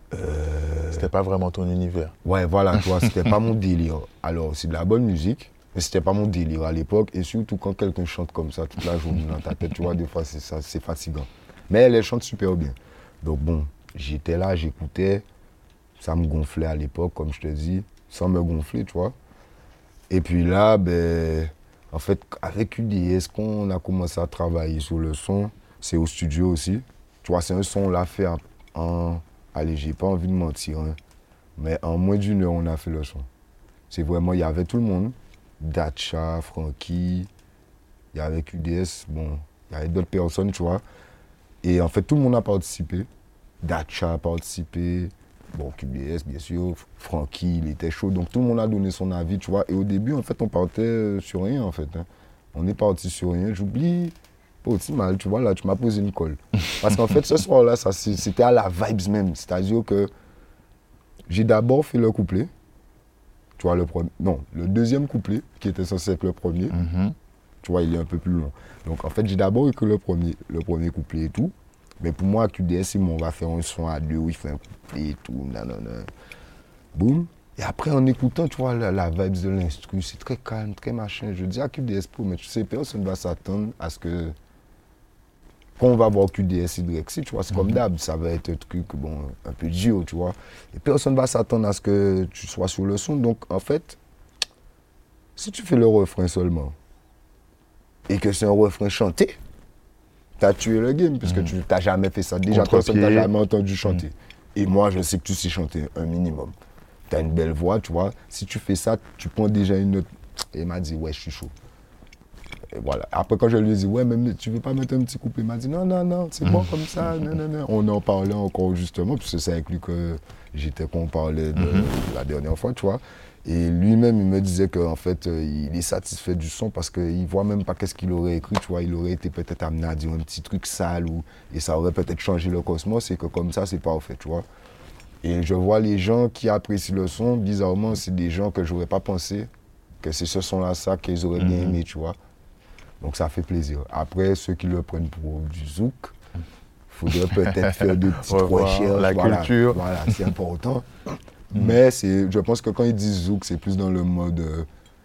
euh, C'était pas vraiment ton univers. Ouais, voilà, tu vois, c'était pas mon délire. Alors, c'est de la bonne musique, Mais c'était pas mon délire à l'époque. Et surtout quand quelqu'un chante comme ça toute la journée dans ta tête, tu vois, des fois c'est, ça, c'est fatigant. Mais elle, elle chante super bien. Donc bon, j'étais là, j'écoutais. Ça me gonflait à l'époque, comme je te dis, sans me gonfler, tu vois. Et puis là, ben, en fait, avec U D S, quand on a commencé à travailler sur le son, c'est au studio aussi. Tu vois, c'est un son, on l'a fait en... en allez, j'ai pas envie de mentir, hein, mais en moins d'une heure, on a fait le son. C'est vraiment, il y avait tout le monde. Dacha, Frankie, il y avait U D S, bon, il y avait d'autres personnes, tu vois. Et en fait, tout le monde a participé. Dacha a participé. Bon, Q B S, bien sûr, Francky, il était chaud. Donc, tout le monde a donné son avis, tu vois. Et au début, en fait, on partait sur rien, en fait. Hein. On est parti sur rien. J'oublie, pas aussi mal, tu vois, là, tu m'as posé une colle. Parce qu'en fait, ce soir-là, ça, c'était à la vibes même. C'est-à-dire que j'ai d'abord fait le couplet. Tu vois, le premier... Non, le deuxième couplet, qui était censé être le premier. Mm-hmm. Tu vois, il est un peu plus long. Donc, en fait, j'ai d'abord écrit le premier, le premier couplet et tout. Mais pour moi, Q D S, on va faire un son à deux où il fait un couplet et tout, nanana. Boum. Et après, en écoutant, tu vois, la, la vibe de l'instru, c'est très calme, très machin. Je dis à Q D S Pro, mais tu sais, personne ne va s'attendre à ce que... Quand on va voir Q D S Y, si, tu vois, c'est mm-hmm. comme d'hab, ça va être un truc, bon, un peu dur, tu vois. Et personne ne va s'attendre à ce que tu sois sur le son. Donc, en fait, si tu fais le refrain seulement, et que c'est un refrain chanté, t'as tué le game, puisque mmh. tu n'as jamais fait ça. Déjà, personne t'a jamais entendu chanter. Mmh. Et moi, je sais que tu sais chanter un minimum. T'as une belle voix, tu vois. Si tu fais ça, tu prends déjà une note. Et il m'a dit, ouais, je suis chaud. Et voilà. Après, quand je lui ai dit, ouais, mais tu veux pas mettre un petit couplet? Il m'a dit, non, non, non, c'est mmh. bon comme ça. Non, non, non. On en parlait encore justement, puisque ça inclut que j'étais qu'on parlait de mmh. la dernière fois, tu vois. Et lui-même, il me disait qu'en fait, euh, il est satisfait du son parce qu'il ne voit même pas qu'est-ce qu'il aurait écrit, tu vois. Il aurait été peut-être amené à dire un petit truc sale ou, et ça aurait peut-être changé le cosmos et que comme ça, c'est parfait, tu vois. Et je vois les gens qui apprécient le son, bizarrement, c'est des gens que je n'aurais pas pensé que c'est ce son-là, ça, qu'ils auraient bien aimé, tu vois. Donc ça fait plaisir. Après, ceux qui le prennent pour du zouk, il faudrait peut-être faire de petites recherches. La voilà, culture. Voilà, c'est important. Mais c'est, je pense que quand ils disent zouk, c'est plus dans le mode, euh,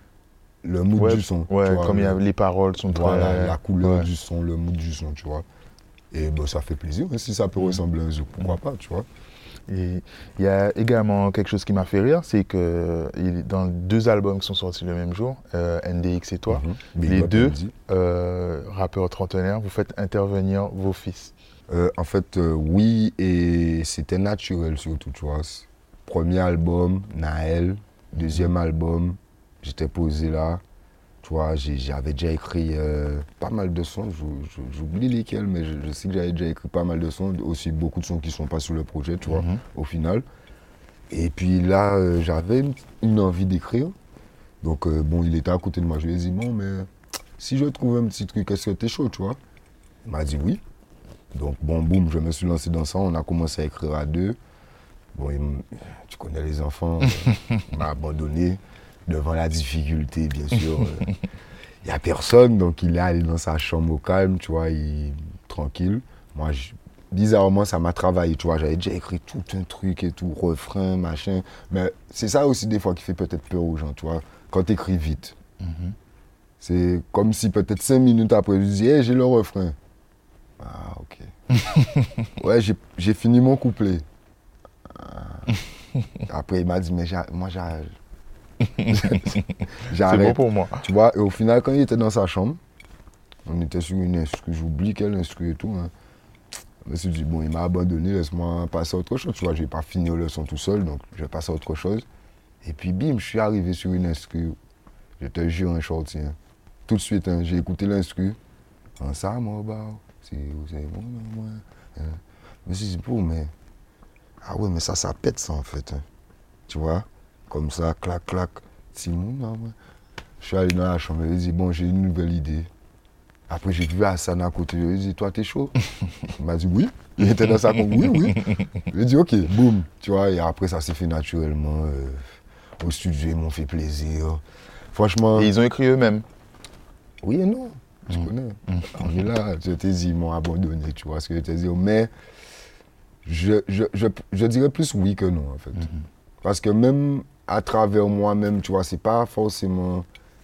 le mood ouais, du son. Ouais, tu vois, comme le, y a, les paroles sont voilà, très... la couleur ouais. du son, le mood du son, tu vois. Et ben, ça fait plaisir, hein, si ça peut mmh. ressembler à un zouk, pourquoi mmh. pas, tu vois. Et il y a également quelque chose qui m'a fait rire, c'est que dans deux albums qui sont sortis le même jour, euh, N D X et toi, mmh. les deux euh, rappeurs trentenaires, vous faites intervenir vos fils. Euh, en fait, euh, oui, et c'était naturel surtout, tu vois. Premier album, Naël. Deuxième album, j'étais posé là. Tu vois, j'avais déjà écrit euh, pas mal de sons. J'oublie lesquels, mais je, je sais que j'avais déjà écrit pas mal de sons. Aussi beaucoup de sons qui ne sont pas sur le projet, tu vois, mm-hmm. au final. Et puis là, euh, j'avais une, une envie d'écrire. Donc, euh, bon, il était à côté de moi. Je lui ai dit, bon, mais si je trouve un petit truc, est-ce que t'es chaud, tu vois? Il m'a dit oui. Donc, bon, boum, je me suis lancé dans ça. On a commencé à écrire à deux. Bon, il, tu connais les enfants, euh, il m'a abandonné devant la difficulté, bien sûr. Il euh, n'y a personne, donc il est allé dans sa chambre au calme, tu vois, il, tranquille. Moi, je, bizarrement, ça m'a travaillé, tu vois. J'avais déjà écrit tout un truc et tout, refrain, machin. Mais c'est ça aussi, des fois, qui fait peut-être peur aux gens, tu vois, quand tu écris vite. Mm-hmm. C'est comme si peut-être cinq minutes après, je dis, hey, j'ai le refrain. Ah, ok. Ouais, j'ai, j'ai fini mon couplet. Après, il m'a dit, mais moi, j'arrête. C'est bon pour moi. Tu vois, et au final, quand il était dans sa chambre, on était sur une instru, j'oublie quelle instru et tout. Hein. Je me suis dit, bon, il m'a abandonné, laisse-moi passer à autre chose. Tu vois, je vais pas finir le son tout seul, donc je vais passer à autre chose. Et puis, bim, je suis arrivé sur une instru. Je te jure, un short, hein. Tout de suite, hein, j'ai écouté l'instru. En ça, moi, bah, c'est bon, moi. Hein. Je me suis dit, bon, mais. Ah ouais, mais ça, ça pète ça en fait. Hein. Tu vois, comme ça, clac, clac. Simon, non, ouais. Je suis allé dans la chambre, je lui ai dit, bon, j'ai une nouvelle idée. Après, j'ai vu Hassan à côté, je lui ai dit, toi, t'es chaud? Il m'a dit, oui. Il était dans sa chambre, oui, oui. Je lui ai dit, ok, boum. Tu vois, et après, ça s'est fait naturellement. Euh, au studio, ils m'ont fait plaisir. Franchement. Et ils ont écrit eux-mêmes? Oui et non, tu mmh. connais. Mmh. On est là, je t'ai dit, ils m'ont abandonné, tu vois ce que je t'ai dit. Mais. Je, je, je, je dirais plus oui que non, en fait. Mm-hmm. Parce que même à travers moi-même, tu vois, c'est pas forcément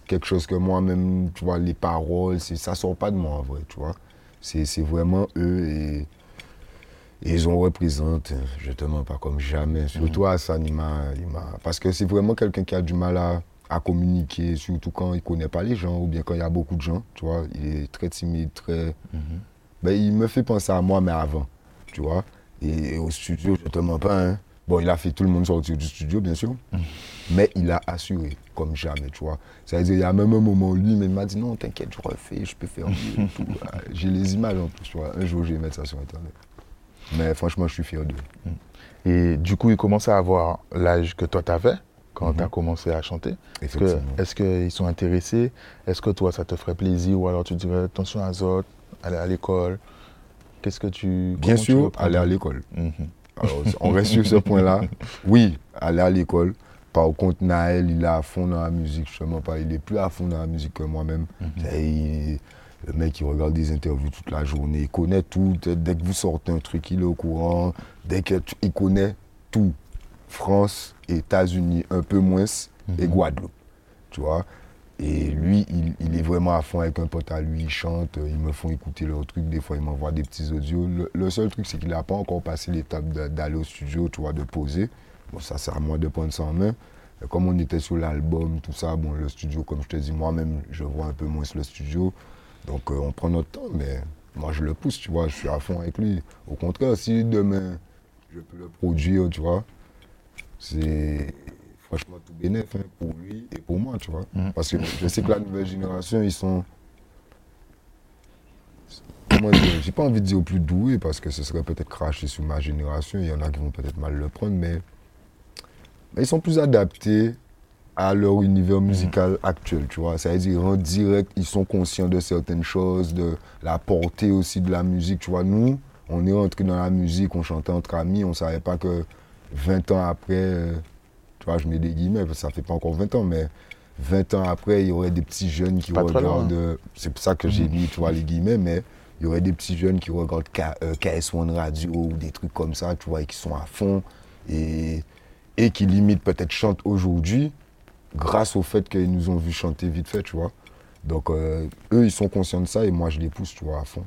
quelque chose que moi-même, tu vois, les paroles, c'est, ça sort pas de moi en vrai, tu vois. C'est, c'est vraiment eux et, et ils ont représenté, je te mens pas comme jamais. Surtout Hassan, il m'a, il m'a, parce que c'est vraiment quelqu'un qui a du mal à, à communiquer, surtout quand il connaît pas les gens ou bien quand il y a beaucoup de gens, tu vois. Il est très timide, très... Mm-hmm. Ben, il me fait penser à moi, mais avant, tu vois. Et, et au studio, je te mens pas, hein. Bon, il a fait tout le monde sortir du studio, bien sûr, mmh. mais il a assuré, comme jamais, tu vois. C'est-à-dire, il y a même un moment, lui, mais il m'a dit, non, t'inquiète, je refais, je peux faire mieux et tout. J'ai les images en plus, tu vois. Un jour, je vais mettre ça sur Internet. Mais franchement, je suis fier d'eux. Mmh. Et du coup, il commence à avoir l'âge que toi, t'avais quand mmh. tu as commencé à chanter. Est-ce, que, est-ce qu'ils sont intéressés? Est-ce que toi, ça te ferait plaisir? Ou alors tu dirais, attention à Zot, aller à l'école? Qu'est-ce que tu... Bien sûr, tu aller à l'école. Mmh. Alors, on reste sur ce point-là. Oui, aller à l'école. Par contre, Naël, il est à fond dans la musique. Justement, pas, il est plus à fond dans la musique que moi-même. Mm-hmm. Il, le mec, il regarde des interviews toute la journée. Il connaît tout. Dès que vous sortez un truc, il est au courant. Dès que tu, il connaît tout. France, États-Unis, un peu moins, mm-hmm. et Guadeloupe. Tu vois. Et lui, il, il est vraiment à fond avec un pote à lui, il chante, ils me font écouter leurs trucs, des fois ils m'envoient des petits audios. Le, le seul truc, c'est qu'il n'a pas encore passé l'étape de, d'aller au studio, tu vois, de poser. Bon, ça, c'est à moi de prendre ça en main. Et comme on était sur l'album, tout ça, bon, le studio, comme je te dis, moi-même, je vois un peu moins le studio. Donc, euh, on prend notre temps, mais moi, je le pousse, tu vois, je suis à fond avec lui. Au contraire, si demain, je peux le produire, tu vois, c'est... Franchement, tout bénéf hein, pour lui et pour moi, tu vois. Mmh. Parce que je sais que la nouvelle génération, ils sont... Comment dire, j'ai pas envie de dire plus doués parce que ce serait peut-être cracher sur ma génération. Il y en a qui vont peut-être mal le prendre, mais, mais ils sont plus adaptés à leur univers musical mmh. actuel, tu vois. Ça veut dire, en direct, ils sont conscients de certaines choses, de la portée aussi de la musique, tu vois. Nous, on est rentrés dans la musique, on chantait entre amis, on savait pas que vingt ans après... Euh, tu vois, je mets des guillemets, parce que ça fait pas encore vingt ans, mais vingt ans après, il y aurait des petits jeunes qui regardent... Loin, hein. C'est pour ça que j'ai mis, tu vois, les guillemets, mais il y aurait des petits jeunes qui regardent K, euh, K S un Radio ou des trucs comme ça, tu vois, et qui sont à fond, et, et qui limite peut-être chantent aujourd'hui, grâce au fait qu'ils nous ont vu chanter vite fait, tu vois. Donc, euh, eux, ils sont conscients de ça, et moi, je les pousse, tu vois, à fond.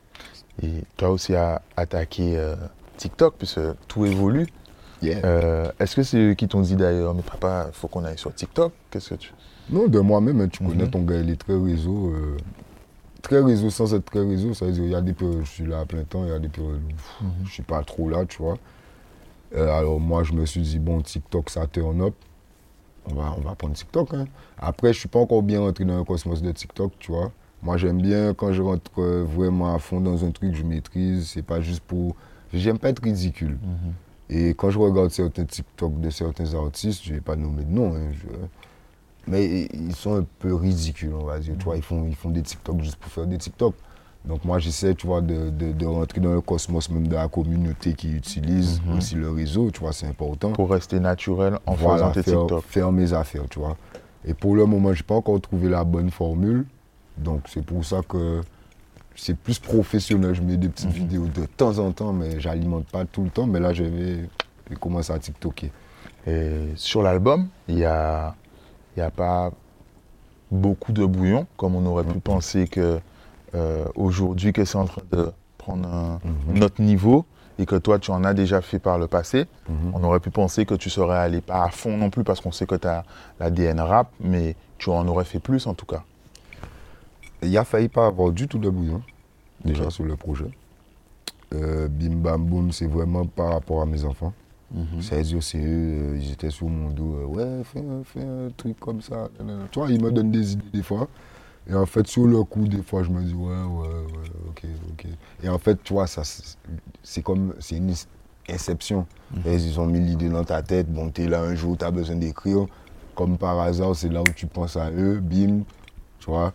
Et toi aussi, à attaquer euh, TikTok, puisque tout évolue. Yeah. Euh, est-ce que c'est eux qui t'ont dit d'ailleurs, mais papa, il faut qu'on aille sur TikTok? Qu'est-ce que tu... Non, de moi-même, tu mm-hmm. connais ton gars, il est très réseau. Euh, très réseau sans être très réseau, ça veut dire il y a des périodes où je suis là à plein temps, il y a des périodes où mm-hmm. je suis pas trop là, tu vois. Euh, alors moi, je me suis dit, bon, TikTok, ça turn up. On va, on va prendre TikTok. Hein. Après, je suis pas encore bien rentré dans le cosmos de TikTok, tu vois. Moi, j'aime bien quand je rentre euh, vraiment à fond dans un truc que je maîtrise. C'est pas juste pour... J'aime pas être ridicule. Mm-hmm. Et quand je regarde certains TikTok de certains artistes, je ne vais pas nommer de nom, hein, je... mais ils sont un peu ridicules, on va dire. Tu vois, ils font, ils font des TikTok juste pour faire des TikTok. Donc moi, j'essaie, tu vois, de, de, de rentrer dans le cosmos même de la communauté qui utilise mm-hmm. aussi le réseau, tu vois, c'est important. Pour rester naturel en voilà, faisant tes faire, TikTok. faire mes affaires, tu vois. Et pour le moment, je n'ai pas encore trouvé la bonne formule. Donc c'est pour ça que c'est plus professionnel. Je mets des petites mm-hmm. vidéos de temps en temps, mais j'alimente pas tout le temps. Mais là, je vais, je vais commencer à TikToker. Et sur l'album, il n'y a, y a pas beaucoup de bouillon, comme on aurait mm-hmm. pu penser que euh, aujourd'hui, que c'est en train de prendre un mm-hmm. autre niveau et que toi, tu en as déjà fait par le passé. Mm-hmm. On aurait pu penser que tu serais allé pas à fond non plus parce qu'on sait que tu as l'A D N rap, mais tu en aurais fait plus en tout cas. Il a failli pas avoir du tout de bouillon, déjà okay. sur le projet. Euh, Bim Bam Boom, c'est vraiment par rapport à mes enfants. Mm-hmm. C'est-à-dire, c'est eux, euh, ils étaient sur mon dos, euh, ouais, fais, fais un truc comme ça. Tu vois, ils me donnent des idées des fois. Et en fait, sur le coup, des fois, je me dis, ouais, ouais, ouais, ok, ok. Et en fait, tu vois, ça, c'est comme, c'est une inception. Mm-hmm. Ils ont mis l'idée dans ta tête, bon, t'es là un jour, t'as besoin d'écrire. Comme par hasard, c'est là où tu penses à eux, bim, tu vois.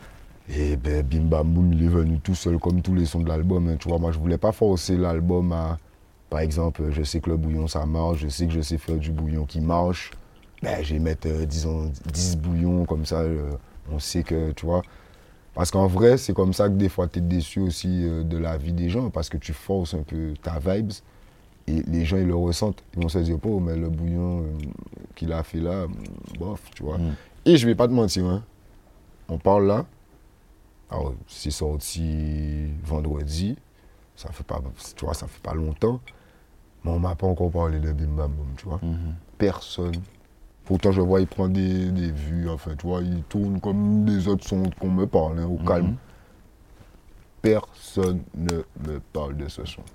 Et ben, Bim Bam Boom, il est venu tout seul comme tous les sons de l'album. Hein, tu vois, moi, je voulais pas forcer l'album à... Par exemple, je sais que le bouillon, ça marche. Je sais que je sais faire du bouillon qui marche. Ben, je vais mettre, euh, disons, dix bouillons comme ça. Euh, on sait que, tu vois... Parce qu'en vrai, c'est comme ça que des fois, tu es déçu aussi euh, de la vie des gens. Parce que tu forces un peu ta vibes. Et les gens, ils le ressentent. Ils vont se dire, oh, mais le bouillon euh, qu'il a fait là, bof, tu vois. Mm. Et je vais pas te mentir, hein. On parle là. Alors, c'est sorti vendredi. Ça fait pas, tu vois, ça fait pas longtemps. Mais on m'a pas encore parlé de Bim Bam Boom, tu vois. Mhm. Personne. Pourtant, je vois, il prend des, des vues, enfin, tu vois, il tourne comme des autres sons qu'on me parle, hein, au Mhm. calme. Personne ne me parle de ce son.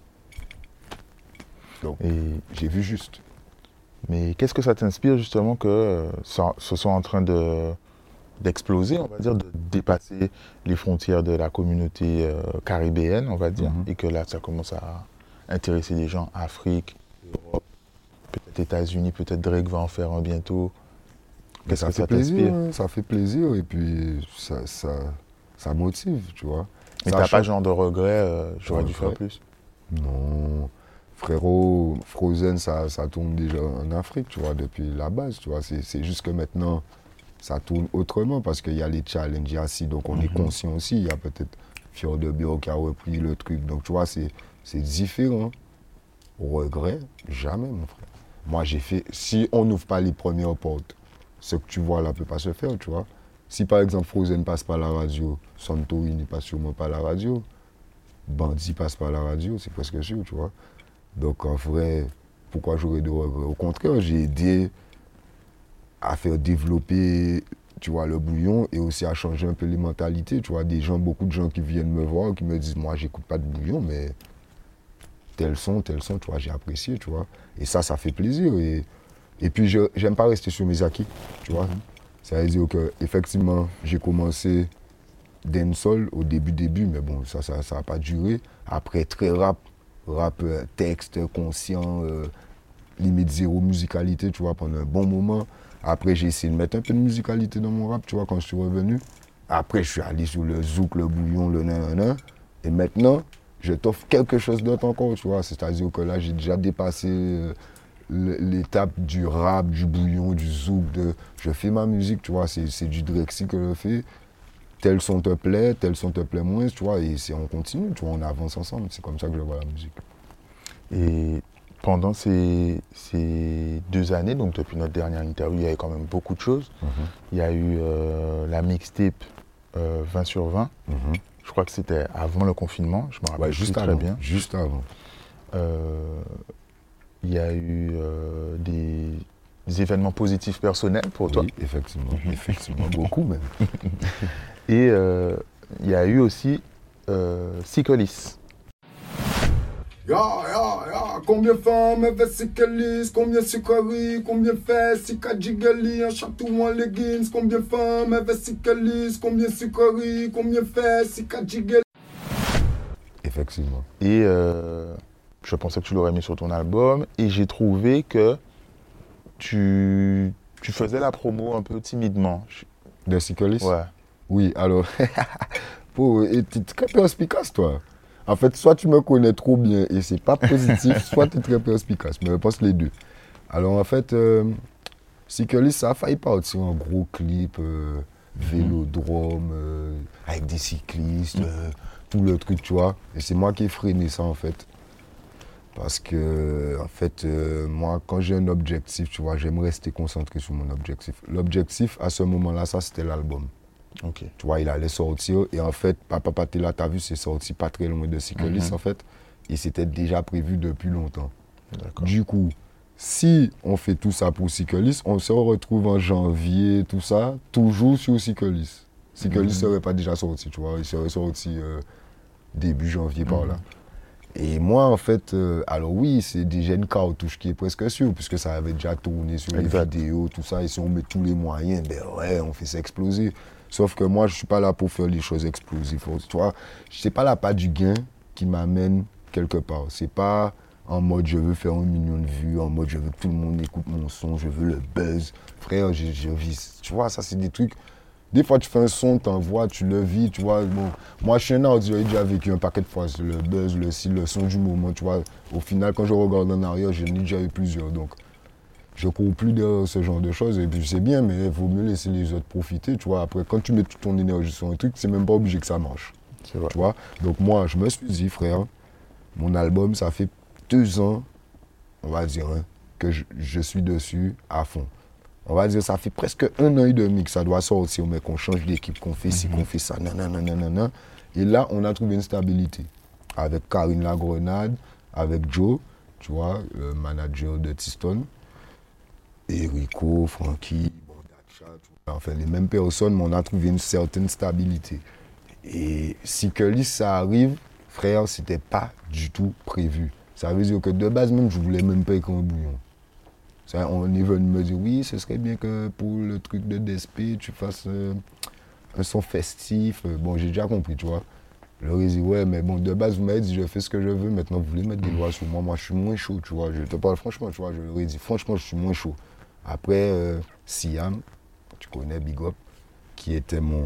Donc, Et, j'ai vu juste. mais qu'est-ce que ça t'inspire justement que euh, ça, ce soit en train de, d'exploser, on va dire, de dépasser les frontières de la communauté euh, caribéenne, on va dire, Mhm. et que là, ça commence à intéresser les gens, Afrique, Europe, peut-être États-Unis, peut-être Drake va en faire un bientôt. Mais Qu'est-ce ça que fait ça plaisir, t'inspire? hein, ça fait plaisir et puis ça, ça, ça motive, tu vois. Mais Ça t'as pas change- genre de regret, euh, j'aurais dû faire Regret? plus. Non, frérot, Frozen, ça, ça tourne déjà en Afrique, tu vois, depuis la base, tu vois. C'est c'est juste que maintenant, ça tourne autrement parce qu'il y a les challenges ici, donc on est Mhm. conscient aussi. Il y a peut-être Fior de Bio qui a repris le truc, donc tu vois, c'est c'est différent. Regret, jamais, mon frère. Moi, j'ai fait, si on n'ouvre pas les premières portes, ce que tu vois là ne peut pas se faire, tu vois. Si par exemple Frozen passe par la radio, Santorini passe sûrement par la radio, Bandit passe par la radio, c'est presque sûr, tu vois. Donc en vrai, pourquoi j'aurais de regrets? Au contraire, j'ai aidé à faire développer, tu vois, le bouillon et aussi à changer un peu les mentalités, tu vois. Des gens, beaucoup de gens qui viennent me voir, qui me disent, moi, j'écoute pas de bouillon, mais tel son, tel son, tu vois, j'ai apprécié, tu vois. Et ça, ça fait plaisir. Et, et puis, je j'aime pas rester sur mes acquis, tu vois. Ça veut dire que, effectivement, j'ai commencé dancehall au début, début, mais bon, ça, ça, ça a pas duré. Après, très rap, rap, euh, texte, conscient, euh, limite zéro musicalité, tu vois, pendant un bon moment. Après, j'ai essayé de mettre un peu de musicalité dans mon rap, tu vois, quand je suis revenu. Après, je suis allé sur le zouk, le bouillon, le nanana. Et maintenant, je t'offre quelque chose d'autre encore, tu vois. C'est-à-dire que là, j'ai déjà dépassé euh, le- l'étape du rap, du bouillon, du zouk. De... Je fais ma musique, tu vois, c'est c'est du Drexy que je fais. Tel son te plaît, tel son te plaît moins, tu vois, et c'est- on continue, tu vois, on avance ensemble. C'est comme ça que je vois la musique. Et pendant ces, ces deux années, donc depuis notre dernière interview, il y avait quand même beaucoup de choses. Il y a eu euh, la mixtape euh, vingt sur vingt. Mhm. Je crois que c'était avant le confinement, je me rappelle Ouais, plus juste très avant, bien. juste avant. Euh, il y a eu euh, des, des événements positifs personnels pour toi. Oui, effectivement, effectivement, beaucoup même. Et euh, il y a eu aussi euh, Sycolis. Ya, ya, ya, combien femmes avec Sycolis, combien sucreries, combien fait Sika Jigali, un chatou en leggings, combien femmes avec Sycolis, combien sucreries, combien fait Sika Jigali. Effectivement. Et euh, je pensais que tu l'aurais mis sur ton album. Et j'ai trouvé que tu, tu faisais la promo un peu timidement. De Sycolis? Ouais. Oui, alors, pour, et t'es très perspicace, toi. En fait, soit tu me connais trop bien et c'est pas positif, soit tu es très perspicace, mais je pense les deux. Alors, en fait, euh, Sycolis, ça a failli partir en gros clip, euh, vélodrome, euh, avec des cyclistes, euh, tout le truc, tu vois. Et c'est moi qui ai freiné ça, en fait. Parce que, en fait, euh, moi, quand j'ai un objectif, tu vois, j'aime rester concentré sur mon objectif. L'objectif, à ce moment-là, ça, c'était l'album. Ok. Tu vois, il allait sortir. Et en fait, Papa Patella, t'as vu, c'est sorti pas très loin de Sycolis, Mhm. en fait. Et c'était déjà prévu depuis longtemps. D'accord. Du coup, si on fait tout ça pour Sycolis, on se retrouve en janvier, tout ça, toujours sur Sycolis. Sycolis ne Mhm. serait pas déjà sorti, tu vois. Il serait sorti euh, début janvier par là. Et moi, en fait, euh, alors oui, c'est déjà une cartouche qui est presque sûre, puisque ça avait déjà tourné sur Exact. les vidéos, tout ça. Et si on met tous les moyens, ben ouais, on fait ça exploser. Sauf que moi, je ne suis pas là pour faire les choses explosives. Tu vois, ce n'est pas la part du gain qui m'amène quelque part. C'est pas en mode je veux faire un million de vues, en mode je veux que tout le monde écoute mon son, je veux le buzz. Frère, je, je vis. Tu vois, ça, c'est des trucs. Des fois, tu fais un son, t'envoies, tu le vis, tu vois. Bon, moi, je suis un artiste, j'ai déjà vécu un paquet de fois le buzz, le style, le son du moment, tu vois. Au final, quand je regarde en arrière, j'en ai déjà eu plusieurs. Donc, je ne cours plus de ce genre de choses. Et puis, c'est bien, mais il vaut mieux laisser les autres profiter, tu vois. Après, quand tu mets toute ton énergie sur un truc, c'est même pas obligé que ça marche. C'est vrai. Tu vois. Donc, moi, je me suis dit, frère, mon album, ça fait deux ans, on va dire, hein, que je, je suis dessus à fond. On va dire, ça fait presque un an et demi que ça doit sortir, mais qu'on change d'équipe, qu'on fait ci, qu'on fait ça, nanana, nanana. Et là, on a trouvé une stabilité. Avec Karine Lagrenade, avec Joe, tu vois, le manager de Tiston, et Rico, Francky, bon, Dacha, tu vois. Enfin, les mêmes personnes, mais on a trouvé une certaine stabilité. Et si Kelly, ça arrive, frère, c'était pas du tout prévu. Ça veut dire que de base même, je voulais même pas écrire un bouillon. Ça, on est venu me dire, oui, ce serait bien que pour le truc de D S P, tu fasses euh, un son festif. Bon, j'ai déjà compris, tu vois. Je leur ai dit, ouais, mais bon, de base, vous m'avez dit, je fais ce que je veux, maintenant vous voulez mettre des lois sur moi. Moi, je suis moins chaud, tu vois. Je te parle franchement, tu vois. Je leur ai dit, franchement, je suis moins chaud. Après, euh, Siam, tu connais Big Up, qui était mon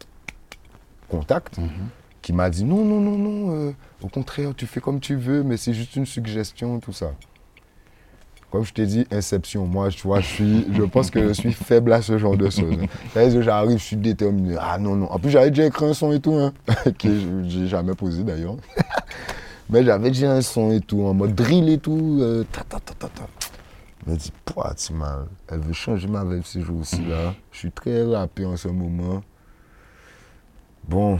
contact, mm-hmm. qui m'a dit, non, non, non, non, euh, au contraire, tu fais comme tu veux, mais c'est juste une suggestion, tout ça. Comme je t'ai dit, Inception, moi, tu vois, je, suis, je pense que je suis faible à ce genre de choses. Hein. J'arrive, je suis déterminé. Ah non, non. En plus, j'avais déjà écrit un son et tout, hein, que j'ai jamais posé d'ailleurs. Mais j'avais déjà un son et tout, en mode drill et tout. Euh, ta, ta, ta, ta, ta. Elle m'a dit, pouah, elle veut changer ma vibe ces jours-ci, là. Je suis très rappé en ce moment. Bon.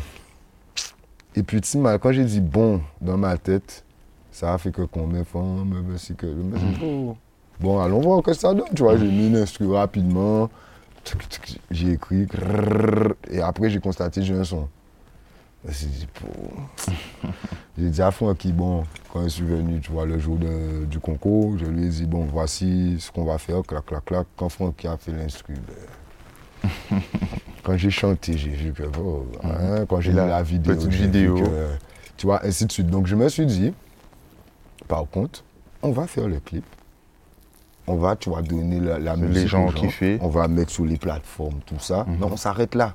Et puis, Tima, quand j'ai dit bon dans ma tête, ça a fait que combien de fois, me me que je me suis dit, oh. Bon, allons voir ce que ça donne, tu vois. J'ai mis une instru rapidement, j'ai écrit, et après j'ai constaté j'ai un son. Je me suis dit, oh. J'ai dit à Francky, bon, quand je suis venu, tu vois, le jour de, du concours, je lui ai dit, bon, voici ce qu'on va faire, clac, clac, clac. Quand Francky a fait l'instru, ben, quand j'ai chanté, j'ai vu que, oh, hein, quand j'ai vu la vidéo, petite j'ai vidéo. vu que, tu vois, ainsi de suite. Donc je me suis dit, par contre, on va faire le clip. On va, tu vois, donner la, la musique les gens aux gens. Kiffer. On va mettre sur les plateformes, tout ça. Mm-hmm. Non, on s'arrête là.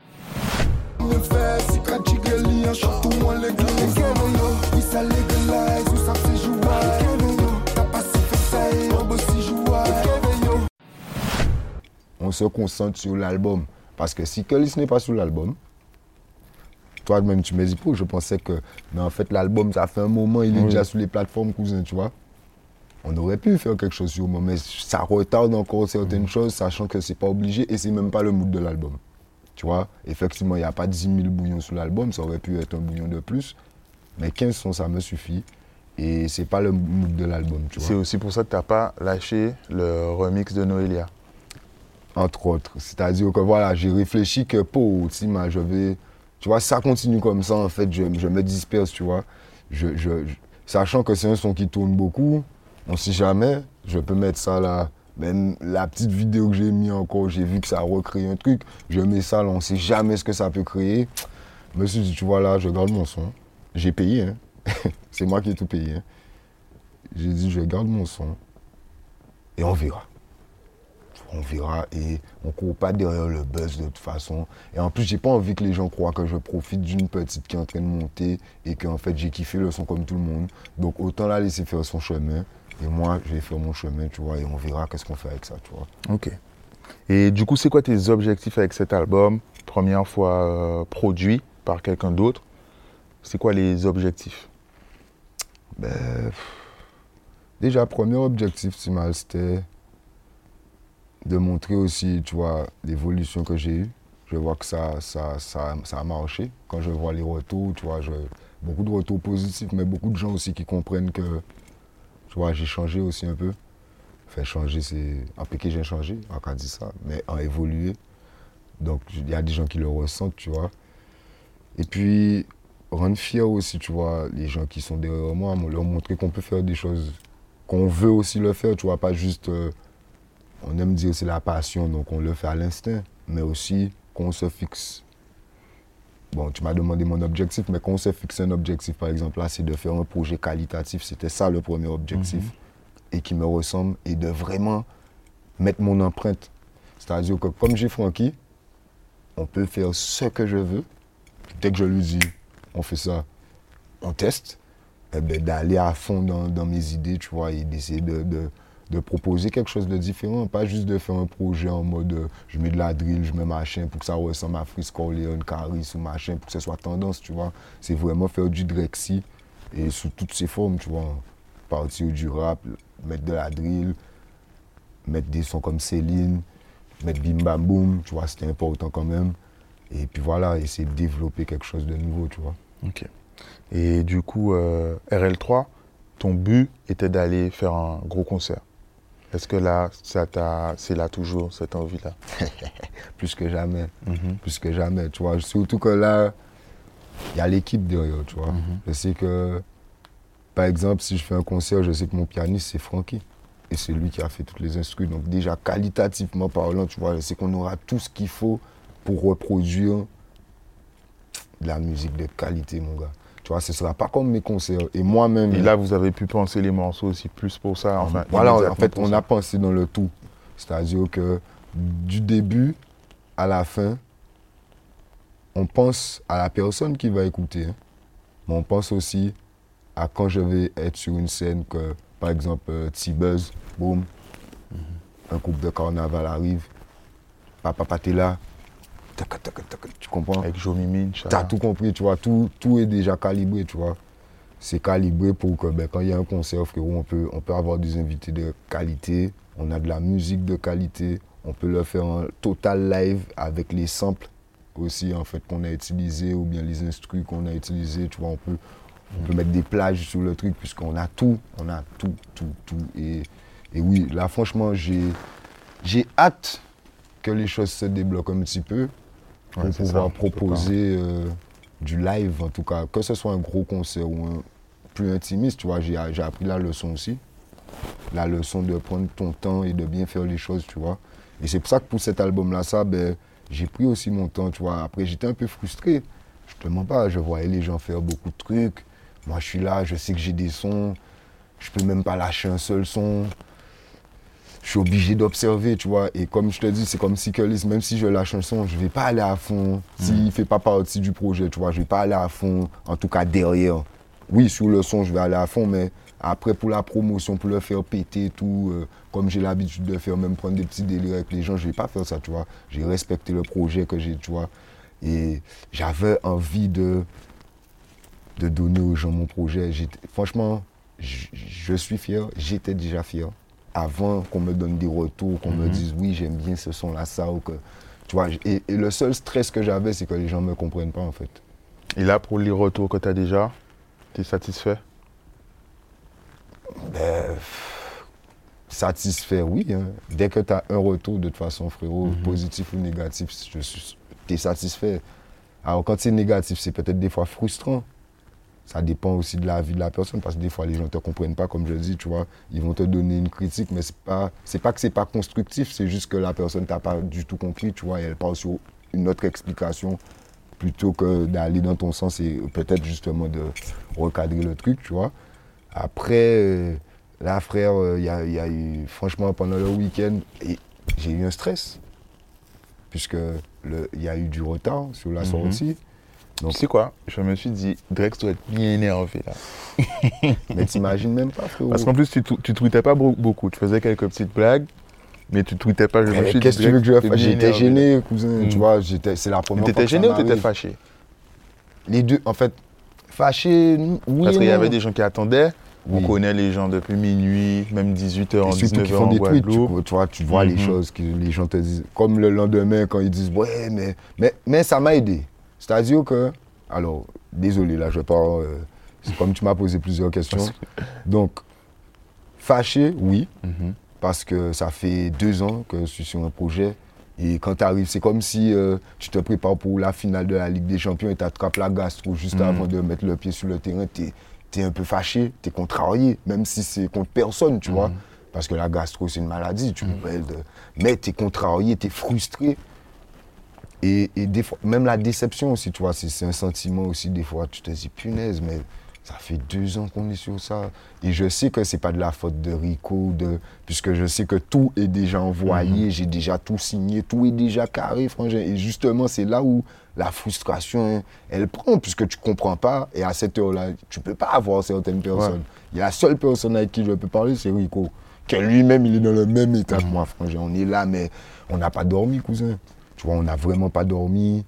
On se concentre sur l'album. Parce que si Kelis n'est pas sur l'album, toi-même, tu me dis, oh, je pensais que, mais en fait, l'album, ça fait un moment, il est oui. déjà sur les plateformes, cousin, tu vois. On aurait pu faire quelque chose sur le moment, mais ça retarde encore certaines mmh. choses, sachant que c'est pas obligé et c'est même pas le mood de l'album. Tu vois, effectivement, il n'y a pas dix mille bouillons sur l'album, ça aurait pu être un bouillon de plus, mais quinze sons, ça me suffit. Et c'est pas le mood de l'album, tu vois. C'est aussi pour ça que tu n'as pas lâché le remix de Noelia. Entre autres. C'est-à-dire que voilà, j'ai réfléchi que pour Tima, je vais. Tu vois, ça continue comme ça, en fait, je, je me disperse, tu vois. Je, je, je, sachant que c'est un son qui tourne beaucoup, on ne sait jamais, je peux mettre ça là. Même la petite vidéo que j'ai mis encore, j'ai vu que ça a recréé un truc. Je mets ça là, on ne sait jamais ce que ça peut créer. Je me suis dit, tu vois là, je garde mon son. J'ai payé, hein. C'est moi qui ai tout payé. Hein. J'ai dit, je garde mon son et on verra. On verra et on ne court pas derrière le buzz de toute façon. Et en plus, j'ai pas envie que les gens croient que je profite d'une petite qui est en train de monter et qu'en fait, j'ai kiffé le son comme tout le monde. Donc, autant la laisser faire son chemin. Et moi, je vais faire mon chemin, tu vois, et on verra qu'est-ce qu'on fait avec ça, tu vois. Ok. Et du coup, c'est quoi tes objectifs avec cet album? Première fois euh, produit par quelqu'un d'autre. C'est quoi les objectifs? Ben, déjà, premier objectif, c'est mal, c'était de montrer aussi, tu vois, l'évolution que j'ai eue. Je vois que ça, ça, ça, ça a marché. Quand je vois les retours, tu vois, je, beaucoup de retours positifs, mais beaucoup de gens aussi qui comprennent que, tu vois, j'ai changé aussi un peu. Enfin, changer, c'est... Appliquer, j'ai changé, on va dire ça, mais en évolué. Donc, il y a des gens qui le ressentent, tu vois. Et puis, rendre fier aussi, tu vois, les gens qui sont derrière moi, leur montrer qu'on peut faire des choses, qu'on veut aussi le faire, tu vois, pas juste... Euh, on aime dire c'est la passion, donc on le fait à l'instinct, mais aussi qu'on se fixe. Bon, tu m'as demandé mon objectif, mais qu'on se fixe un objectif, par exemple, là, c'est de faire un projet qualitatif. C'était ça le premier objectif, mm-hmm. et qui me ressemble, et de vraiment mettre mon empreinte. C'est-à-dire que comme j'ai Francky, on peut faire ce que je veux. Dès que je lui dis, on fait ça, on teste, et bien d'aller à fond dans, dans mes idées, tu vois, et d'essayer de... de de proposer quelque chose de différent, pas juste de faire un projet en mode euh, je mets de la drill, je mets machin pour que ça ressemble à Freeze Corleone, Caris ou machin, pour que ce soit tendance, tu vois. C'est vraiment faire du Drexy et sous toutes ses formes, tu vois. Partir du rap, mettre de la drill, mettre des sons comme Céline, mettre Bim Bam Boom, tu vois, c'était important quand même. Et puis voilà, essayer de développer quelque chose de nouveau, tu vois. Ok. Et du coup, euh, R L trois, ton but était d'aller faire un gros concert. Est-ce que là, ça t'a, c'est là toujours, cette envie-là? Plus que jamais, Mm-hmm. plus que jamais, tu vois. Surtout que là, il y a l'équipe derrière, tu vois. Mm-hmm. Je sais que, par exemple, si je fais un concert, je sais que mon pianiste, c'est Francky. Et c'est lui qui a fait toutes les instrus. Donc déjà, qualitativement parlant, tu vois, je sais qu'on aura tout ce qu'il faut pour reproduire de la musique de qualité, mon gars. Tu vois, ce ne sera pas comme mes concerts. Et moi-même... Et là, vous avez pu penser les morceaux aussi plus pour ça, enfin, voilà, en immédiatement fait, pour on ça. a pensé dans le tout. C'est-à-dire que du début à la fin, on pense à la personne qui va écouter, hein. Mais on pense aussi à quand je vais être sur une scène que, par exemple, euh, T-Buzz, boum, un groupe de carnaval arrive, papa, papa, t'es là, tac, tac, tac, tac, tu comprends? Avec Joe Mimine, T'as tout compris, tu vois, tout, tout est déjà calibré, tu vois. C'est calibré pour que ben, quand il y a un concert, frérot, on peut, on peut avoir des invités de qualité, on a de la musique de qualité, on peut le faire en total live avec les samples aussi, en fait, qu'on a utilisés ou bien les instrus qu'on a utilisés, tu vois, on peut, on peut mettre des plages sur le truc puisqu'on a tout, on a tout, tout, tout. Et, et oui, là, franchement, j'ai, j'ai hâte que les choses se débloquent un petit peu pour Ouais, c'est pouvoir ça, proposer euh, du live, en tout cas, que ce soit un gros concert ou un plus intimiste, tu vois, j'ai, j'ai appris la leçon aussi. La leçon de prendre ton temps et de bien faire les choses, tu vois. Et c'est pour ça que pour cet album-là, ça, ben, j'ai pris aussi mon temps, tu vois. Après, j'étais un peu frustré. Je te mens pas, je voyais les gens faire beaucoup de trucs. Moi, je suis là, je sais que j'ai des sons. Je peux même pas lâcher un seul son. Je suis obligé d'observer, tu vois. Et comme je te dis, c'est comme si Curlis, même si je lâche un son, je vais pas aller à fond. S'il fait pas partie du projet, tu vois, je vais pas aller à fond, en tout cas derrière. Oui, sur le son, je vais aller à fond, mais après, pour la promotion, pour le faire péter et tout, euh, comme j'ai l'habitude de faire, même prendre des petits délires avec les gens, je vais pas faire ça, tu vois. J'ai respecté le projet que j'ai, tu vois. Et j'avais envie de, de donner aux gens mon projet. J'étais, franchement, je, je suis fier, j'étais déjà fier. Avant qu'on me donne des retours, qu'on mm-hmm. me dise oui, j'aime bien ce son-là, ça, ou que. Tu vois, et, et le seul stress que j'avais, c'est que les gens ne me comprennent pas, en fait. Et là, pour les retours que tu as déjà, tu es satisfait? Ben, satisfait, oui. Hein. Dès que tu as un retour, de toute façon, frérot, mm-hmm. positif ou négatif, je suis, tu es satisfait. Alors, quand c'est négatif, c'est peut-être des fois frustrant. Ça dépend aussi de la vie de la personne, parce que des fois, les gens ne te comprennent pas, comme je dis, tu vois. Ils vont te donner une critique, mais c'est pas, c'est pas que c'est pas constructif, c'est juste que la personne ne t'a pas du tout compris, tu vois, et elle parle sur une autre explication, plutôt que d'aller dans ton sens et peut-être justement de recadrer le truc, tu vois. Après, euh, là, frère, il euh, y, a, y a eu, franchement, pendant le week-end, et j'ai eu un stress, puisque il y a eu du retard sur la mm-hmm. sortie. Donc, tu sais quoi, je me suis dit, Drex doit être bien énervé là. Mais t'imagines même pas, frérot. Parce qu'en plus, tu ne tweetais pas beaucoup, tu faisais quelques petites blagues, mais tu ne tweetais pas. Je me suis qu'est-ce que tu veux que je fasse? J'étais gêné, cousin, mm. tu vois, j'étais, c'est la première mais fois que ça gêné ou m'arrive. t'étais fâché? Les deux, en fait, fâché, oui. Parce qu'il y avait des gens qui attendaient. Oui. On connaît les gens depuis minuit, même dix-huit heures, dix-neuf heures en des Guadeloupe. Tweets, tu, tu vois, tu vois mm-hmm. les choses que les gens te disent. Comme le lendemain, quand ils disent, ouais, mais, mais, mais ça m'a aidé. C'est-à-dire que, alors, désolé, là, je pars, euh, c'est comme tu m'as posé plusieurs questions. Donc, fâché, oui, mm-hmm. parce que ça fait deux ans que je suis sur un projet. Et quand tu arrives, c'est comme si euh, tu te prépares pour la finale de la Ligue des Champions et tu attrapes la gastro juste mm-hmm. avant de mettre le pied sur le terrain. T'es, t'es un peu fâché, t'es contrarié, même si c'est contre personne, tu mm-hmm. vois. Parce que la gastro, c'est une maladie, tu mm-hmm. peux de... mais t'es contrarié, t'es frustré. Et, et des fois, même la déception aussi, tu vois, c'est, c'est un sentiment aussi, des fois, tu te dis, punaise, mais ça fait deux ans qu'on est sur ça. Et je sais que c'est pas de la faute de Rico, de, puisque je sais que tout est déjà envoyé, mm-hmm. j'ai déjà tout signé, tout est déjà carré, frangin. Et justement, c'est là où la frustration, elle prend, puisque tu comprends pas. Et à cette heure-là, tu peux pas avoir certaines personnes. Ouais. Et la seule personne avec qui je peux parler, c'est Rico. Que lui-même, il est dans le même état que moi, frangin. On est là, mais on n'a pas dormi, cousin. Tu vois, on n'a vraiment pas dormi.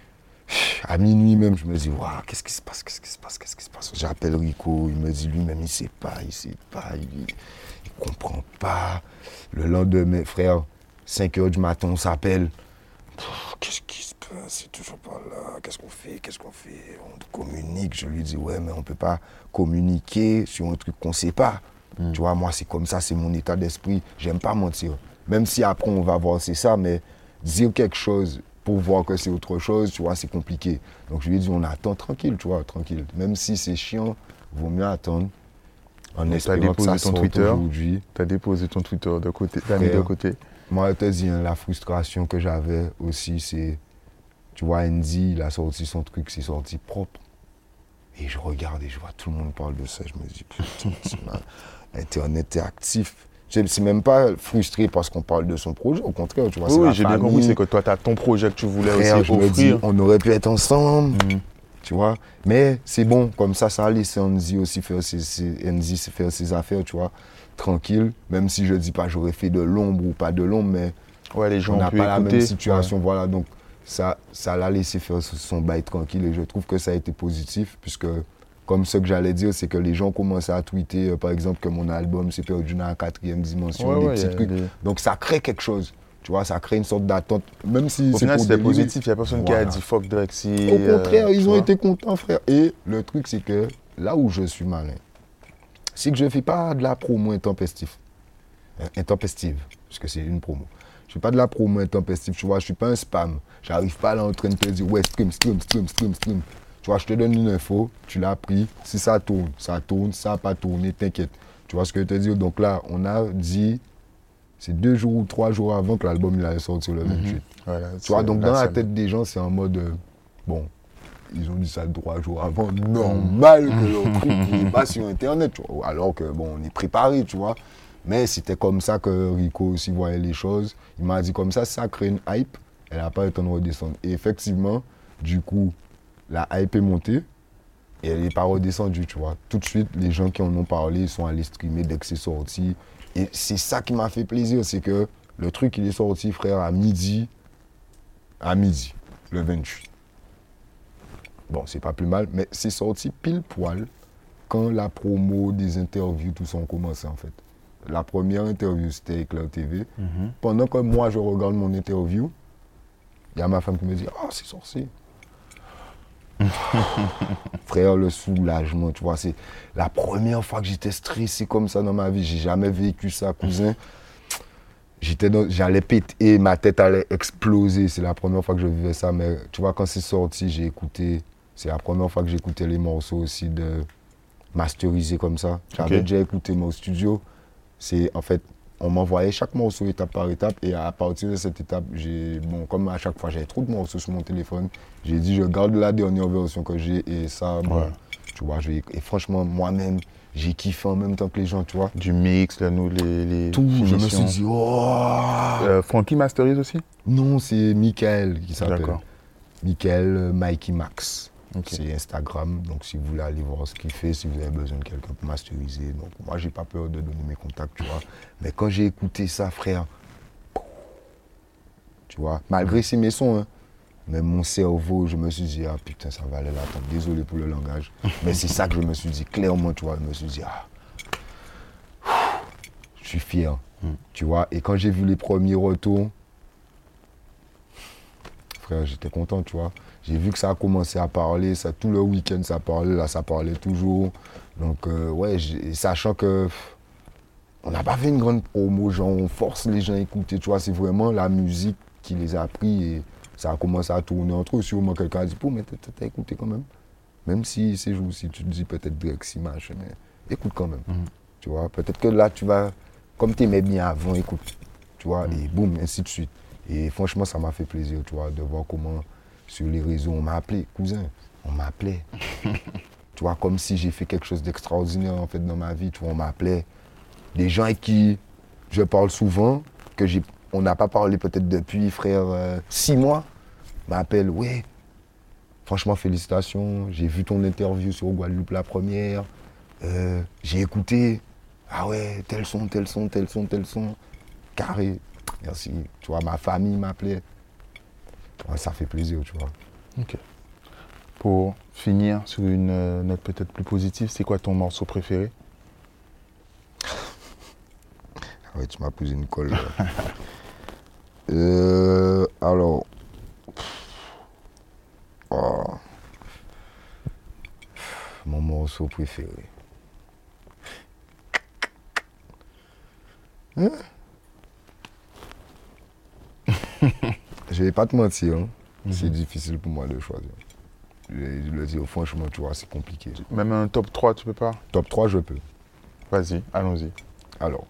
À minuit même, je me dis, waouh, qu'est-ce qui se passe, qu'est-ce qui se passe, qu'est-ce qui se passe. J'appelle Rico, il me dit lui-même, il ne sait pas, il ne sait pas, il ne comprend pas. Le lendemain, frère, cinq heures du matin, on s'appelle. Qu'est-ce qui se passe? C'est toujours pas là. Qu'est-ce qu'on fait? Qu'est-ce qu'on fait? On communique. Je lui dis, ouais, mais on ne peut pas communiquer sur un truc qu'on ne sait pas. Mm. Tu vois, moi, c'est comme ça, c'est mon état d'esprit. J'aime pas mentir. Même si après, on va voir c'est ça, mais dire quelque chose pour voir que c'est autre chose, tu vois, c'est compliqué. Donc, je lui ai dit, on attend tranquille, tu vois, tranquille. Même si c'est chiant, vaut mieux attendre. En espérant que ça sorte aujourd'hui. Tu as déposé ton Twitter de côté, t'as mis de côté. Moi, je te dis, hein, la frustration que j'avais aussi, c'est, tu vois, Andy, il a sorti son truc, c'est sorti propre. Et je regarde et je vois tout le monde parle de ça. Je me dis, putain, Internet est actif. C'est même pas frustré parce qu'on parle de son projet, au contraire, tu vois. Oui, oui j'ai bien compris, c'est que toi, tu as ton projet que tu voulais frère, aussi je offrir. Me dis, on aurait pu être ensemble, mmh. tu vois. Mais c'est bon, comme ça, ça a laissé Andy aussi faire ses, ses, Andy faire ses affaires, tu vois. Tranquille, même si je dis pas j'aurais fait de l'ombre ou pas de l'ombre, mais ouais, les gens on n'a pas écouter. la même situation, ouais. voilà. Donc ça, ça l'a laissé faire son bail tranquille et je trouve que ça a été positif puisque, comme ce que j'allais dire, c'est que les gens commençaient à tweeter, euh, par exemple, que mon album s'est perdu dans la quatrième dimension, ouais, des ouais, petits trucs. Des... Donc ça crée quelque chose, tu vois, ça crée une sorte d'attente, même si au c'est final, pour c'était délirer. positif, il n'y a personne voilà. qui a dit fuck Drexy. Au contraire, euh, ils ont vois. été contents, frère. Et le truc, c'est que là où je suis malin, c'est que je ne fais pas de la promo intempestive. intempestive, parce que c'est une promo. Je ne fais pas de la promo intempestive, tu vois, je ne suis pas un spam. J'arrive pas là en train de te dire, ouais, stream, stream, stream, stream, stream. Tu vois, je te donne une info, tu l'as pris, si ça tourne, ça tourne, ça n'a pas tourné, t'inquiète. Tu vois ce que je te dis? Donc là, on a dit, c'est deux jours ou trois jours avant que l'album il allait sortir le vingt-huit. Mm-hmm. Voilà, tu vois, donc dans la tête des gens, c'est en mode, euh, bon, ils ont dit ça trois jours avant, normal que leur truc n'est pas sur Internet, tu vois. Alors que, bon, on est préparé, tu vois. Mais c'était comme ça que Rico aussi voyait les choses. Il m'a dit comme ça, ça crée une hype, elle n'a pas eu le temps de redescendre. Et effectivement, du coup, la hype est montée et elle n'est pas redescendue, tu vois. Tout de suite, les gens qui en ont parlé, ils sont allés streamer dès que c'est sorti. Et c'est ça qui m'a fait plaisir, c'est que le truc, il est sorti, frère, à midi, à midi, le vingt-huit. Bon, c'est pas plus mal, mais c'est sorti pile poil quand la promo des interviews, tout ça, ont commencé, en fait. La première interview, c'était Éclair T V. Mm-hmm. Pendant que moi, je regarde mon interview, il y a ma femme qui me dit « Ah, oh, c'est sorcier !» Frère, le soulagement, tu vois, c'est la première fois que j'étais stressé comme ça dans ma vie. J'ai jamais vécu ça, cousin. J'étais dans, j'allais péter, ma tête allait exploser. C'est la première fois que je vivais ça. Mais tu vois, quand c'est sorti, j'ai écouté. C'est la première fois que j'écoutais les morceaux aussi de masteriser comme ça. J'avais okay. déjà écouté mon studio. C'est en fait, on m'envoyait chaque morceau étape par étape et à partir de cette étape, j'ai, bon, comme à chaque fois j'avais trop de morceaux sur mon téléphone, j'ai dit je garde la dernière version que j'ai et ça, bon, ouais. tu vois, je vais, et franchement moi-même, j'ai kiffé en même temps que les gens, tu vois. Du mix, là, nous, les, les tout, finitions. Je me suis dit, oh euh, Frankie masterise aussi? Non, c'est Michael qui s'appelle. D'accord. Michael Mikey Max. Okay. C'est Instagram, donc si vous voulez aller voir ce qu'il fait, si vous avez besoin de quelqu'un pour masteriser. Donc moi, j'ai pas peur de donner mes contacts, tu vois. Mais quand j'ai écouté ça, frère, tu vois, malgré c'est mes sons, hein, mais mon cerveau, je me suis dit, ah putain, ça valait la peine. Désolé pour le langage. Mais c'est ça que je me suis dit, clairement, tu vois, je me suis dit, ah, je suis fier, mm. tu vois. Et quand j'ai vu les premiers retours, frère, j'étais content, tu vois. J'ai vu que ça a commencé à parler, ça, tout le week-end ça parlait, là ça parlait toujours. Donc euh, ouais, sachant que pff, on n'a pas fait une grande promo, genre on force les gens à écouter, tu vois, c'est vraiment la musique qui les a pris et ça a commencé à tourner entre eux. Sûrement quelqu'un a dit, pour mais t'as écouté quand même. Même si ces jours-ci tu te dis peut-être Drexy, machin, mais écoute quand même. Mm-hmm. Tu vois, peut-être que là tu vas, comme t'aimais bien avant, écoute, tu vois, mm-hmm. et boum, ainsi de suite. Et franchement, ça m'a fait plaisir, tu vois, de voir comment sur les réseaux, on m'a appelé, cousin, on m'appelait. Tu vois, comme si j'ai fait quelque chose d'extraordinaire en fait dans ma vie, tu vois, on m'appelait. Des gens avec qui je parle souvent, que j'ai, on n'a pas parlé peut-être depuis, frère, euh, six mois, m'appellent, ouais, franchement, félicitations, j'ai vu ton interview sur Guadeloupe la première, euh, j'ai écouté, ah ouais, tel son, tel son, tel son, tel son, carré, merci. Tu vois, ma famille m'appelait. Ouais, ça fait plaisir, tu vois. Ok. Pour finir sur une euh, note peut-être plus positive, c'est quoi ton morceau préféré? Ouais, tu m'as posé une colle. euh, alors. Oh. Mon morceau préféré. Hein? Je vais pas te mentir, hein. Mm-hmm. C'est difficile pour moi de choisir. Je vais le dire franchement, tu vois, c'est compliqué. Même un top trois, tu peux pas? Top trois, je peux. Vas-y, allons-y. Alors.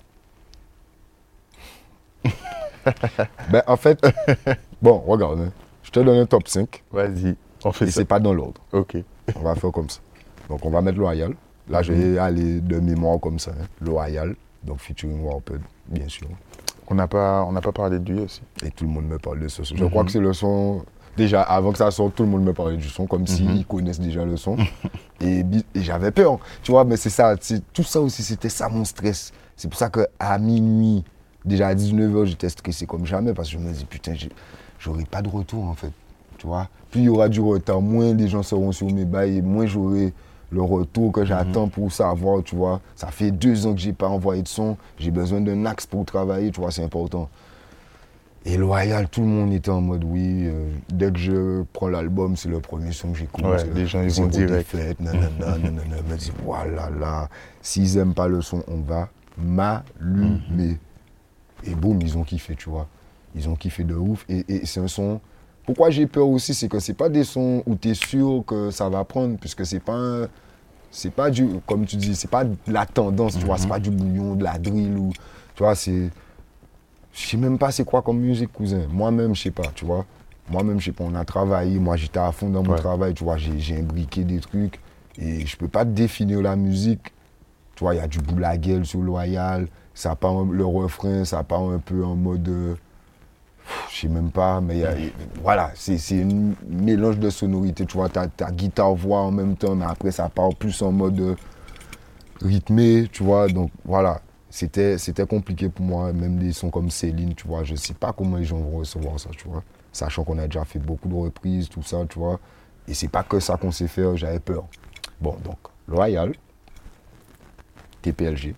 ben, en fait, bon, regarde, hein. Je te donne un top cinq. Vas-y, on fait et ça. Et c'est pas dans l'ordre. Ok. On va faire comme ça. Donc, on va mettre Loyal. Là, mm-hmm. je vais aller de mémoire comme ça. Hein. Loyal, donc featuring Warped, bien sûr. On n'a pas, on n'a pas parlé de lui aussi. Et tout le monde me parle de ce son. Je mm-hmm. crois que c'est le son... Déjà, avant que ça sorte, tout le monde me parlait du son, comme mm-hmm. s'ils connaissent déjà le son. et, et j'avais peur, tu vois, mais c'est ça. Tout ça aussi, c'était ça mon stress. C'est pour ça qu'à minuit, déjà à dix-neuf heures, j'étais stressé comme jamais, parce que je me dis, putain, j'aurai pas de retour, en fait. Tu vois, plus il y aura du retard, moins les gens seront sur mes bails, et moins j'aurai le retour que j'attends mm-hmm. pour savoir, tu vois. Ça fait deux ans que j'ai pas envoyé de son, j'ai besoin d'un axe pour travailler, tu vois, c'est important. Et Loyal, tout le monde était en mode oui, euh, dès que je prends l'album, c'est le premier son que j'écoute. Ouais, les gens ils vont direct. Fêtes, nanana, nanana, me disent voilà là, s'ils aiment pas le son, on va m'allumer. Mm-hmm. Et boum, ils ont kiffé, tu vois. Ils ont kiffé de ouf. Et, et c'est un son. Pourquoi j'ai peur aussi, c'est que c'est pas des sons où tu es sûr que ça va prendre, puisque c'est pas un, c'est pas du, comme tu dis, c'est pas de la tendance, mm-hmm. tu vois, c'est pas du bouillon, de la drill ou, tu vois, c'est. Je sais même pas c'est quoi comme musique, cousin. Moi-même, je sais pas, tu vois. Moi-même, je sais pas, on a travaillé, moi j'étais à fond dans mon ouais. travail, tu vois, j'ai, j'ai imbriqué des trucs et je peux pas te définir la musique. Tu vois, il y a du boule à gueule sur Loyal, ça part le refrain, ça part un peu en mode, euh, je sais même pas, mais y a, y, voilà, c'est, c'est un mélange de sonorités, tu vois, ta, ta guitare-voix en même temps, mais après ça part plus en mode euh, rythmé, tu vois, donc voilà. C'était, c'était compliqué pour moi, même des sons comme Céline, tu vois, je sais pas comment les gens vont recevoir ça, tu vois. Sachant qu'on a déjà fait beaucoup de reprises, tout ça, tu vois. Et c'est pas que ça qu'on sait faire, j'avais peur. Bon, donc, Loyal, T P L G.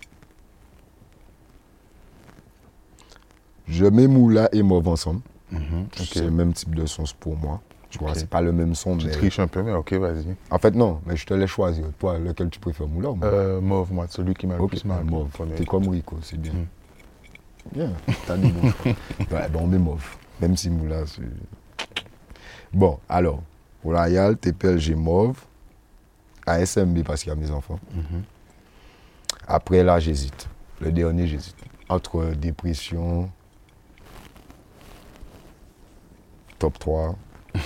Je mets Moula et Mauve ensemble. Mm-hmm, okay. C'est le même type de son pour moi. Tu vois, okay. C'est pas le même son, tu mais... Tu triches un peu, mais ok, vas-y. En fait, non, mais je te laisse choisir. Toi, lequel tu préfères, Moula ou Mauve? euh, Mauve, moi, celui qui m'a le okay. plus marqué. Mauve, t'es comme Rico, c'est bien. Mm. Bien, t'as dit bon choix. Ouais, ben on met Mauve, même si Moula, c'est... Bon, alors, Loyal, T P L G, Mauve, A S M B parce qu'il y a mes enfants. Mm-hmm. Après, là, j'hésite. Le dernier, j'hésite. Entre dépression, top trois...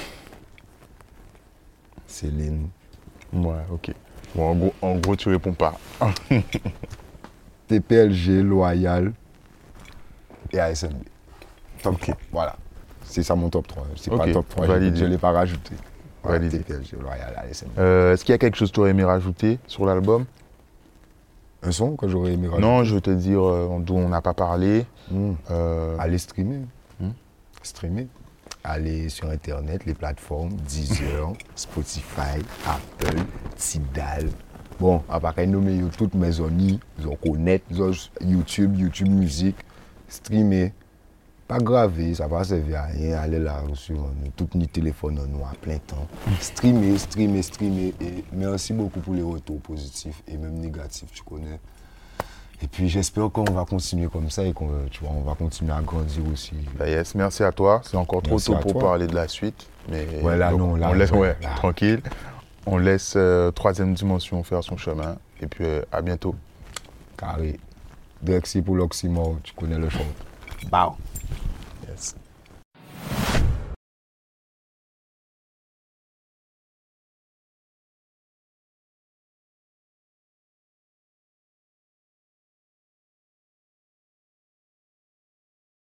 Céline. Ouais, ok. Bon, en gros, en gros tu réponds pas. T P L G, Loyal et A S M B. Top okay. trois. Voilà. C'est ça mon top trois. C'est okay. pas top trois, Validé. Je ne l'ai pas rajouté. Voilà, Validé. T P L G, Loyal, A S M B. Euh, est-ce qu'il y a quelque chose que tu aurais aimé rajouter sur l'album? Un son que j'aurais aimé rajouter? Non, je veux te dire euh, d'où on n'a pas parlé. Mmh. Euh... Allez streamer. Mmh. Streamer. Aller sur Internet, les plateformes, Deezer, Spotify, Apple, Tidal. Bon, à part nommer toutes mes amis, ils ont connaître, YouTube, YouTube Musique, streamer, pas graver, ça va servir à rien, aller là sur nous, tout nos téléphones nous à plein temps. Streamer, streamer, streamer, et merci beaucoup pour les retours positifs et même négatifs, tu connais. Et puis j'espère qu'on va continuer comme ça et qu'on tu vois, on va continuer à grandir aussi. Bah yes, merci à toi. C'est encore trop merci tôt pour parler de la suite. Mais ouais, là, non, là, on laisse, ouais, là. tranquille. On laisse euh, Troisième Dimension faire son chemin. Et puis euh, à bientôt. Carré. Drexy pour l'oxymore, tu connais le show. Bao.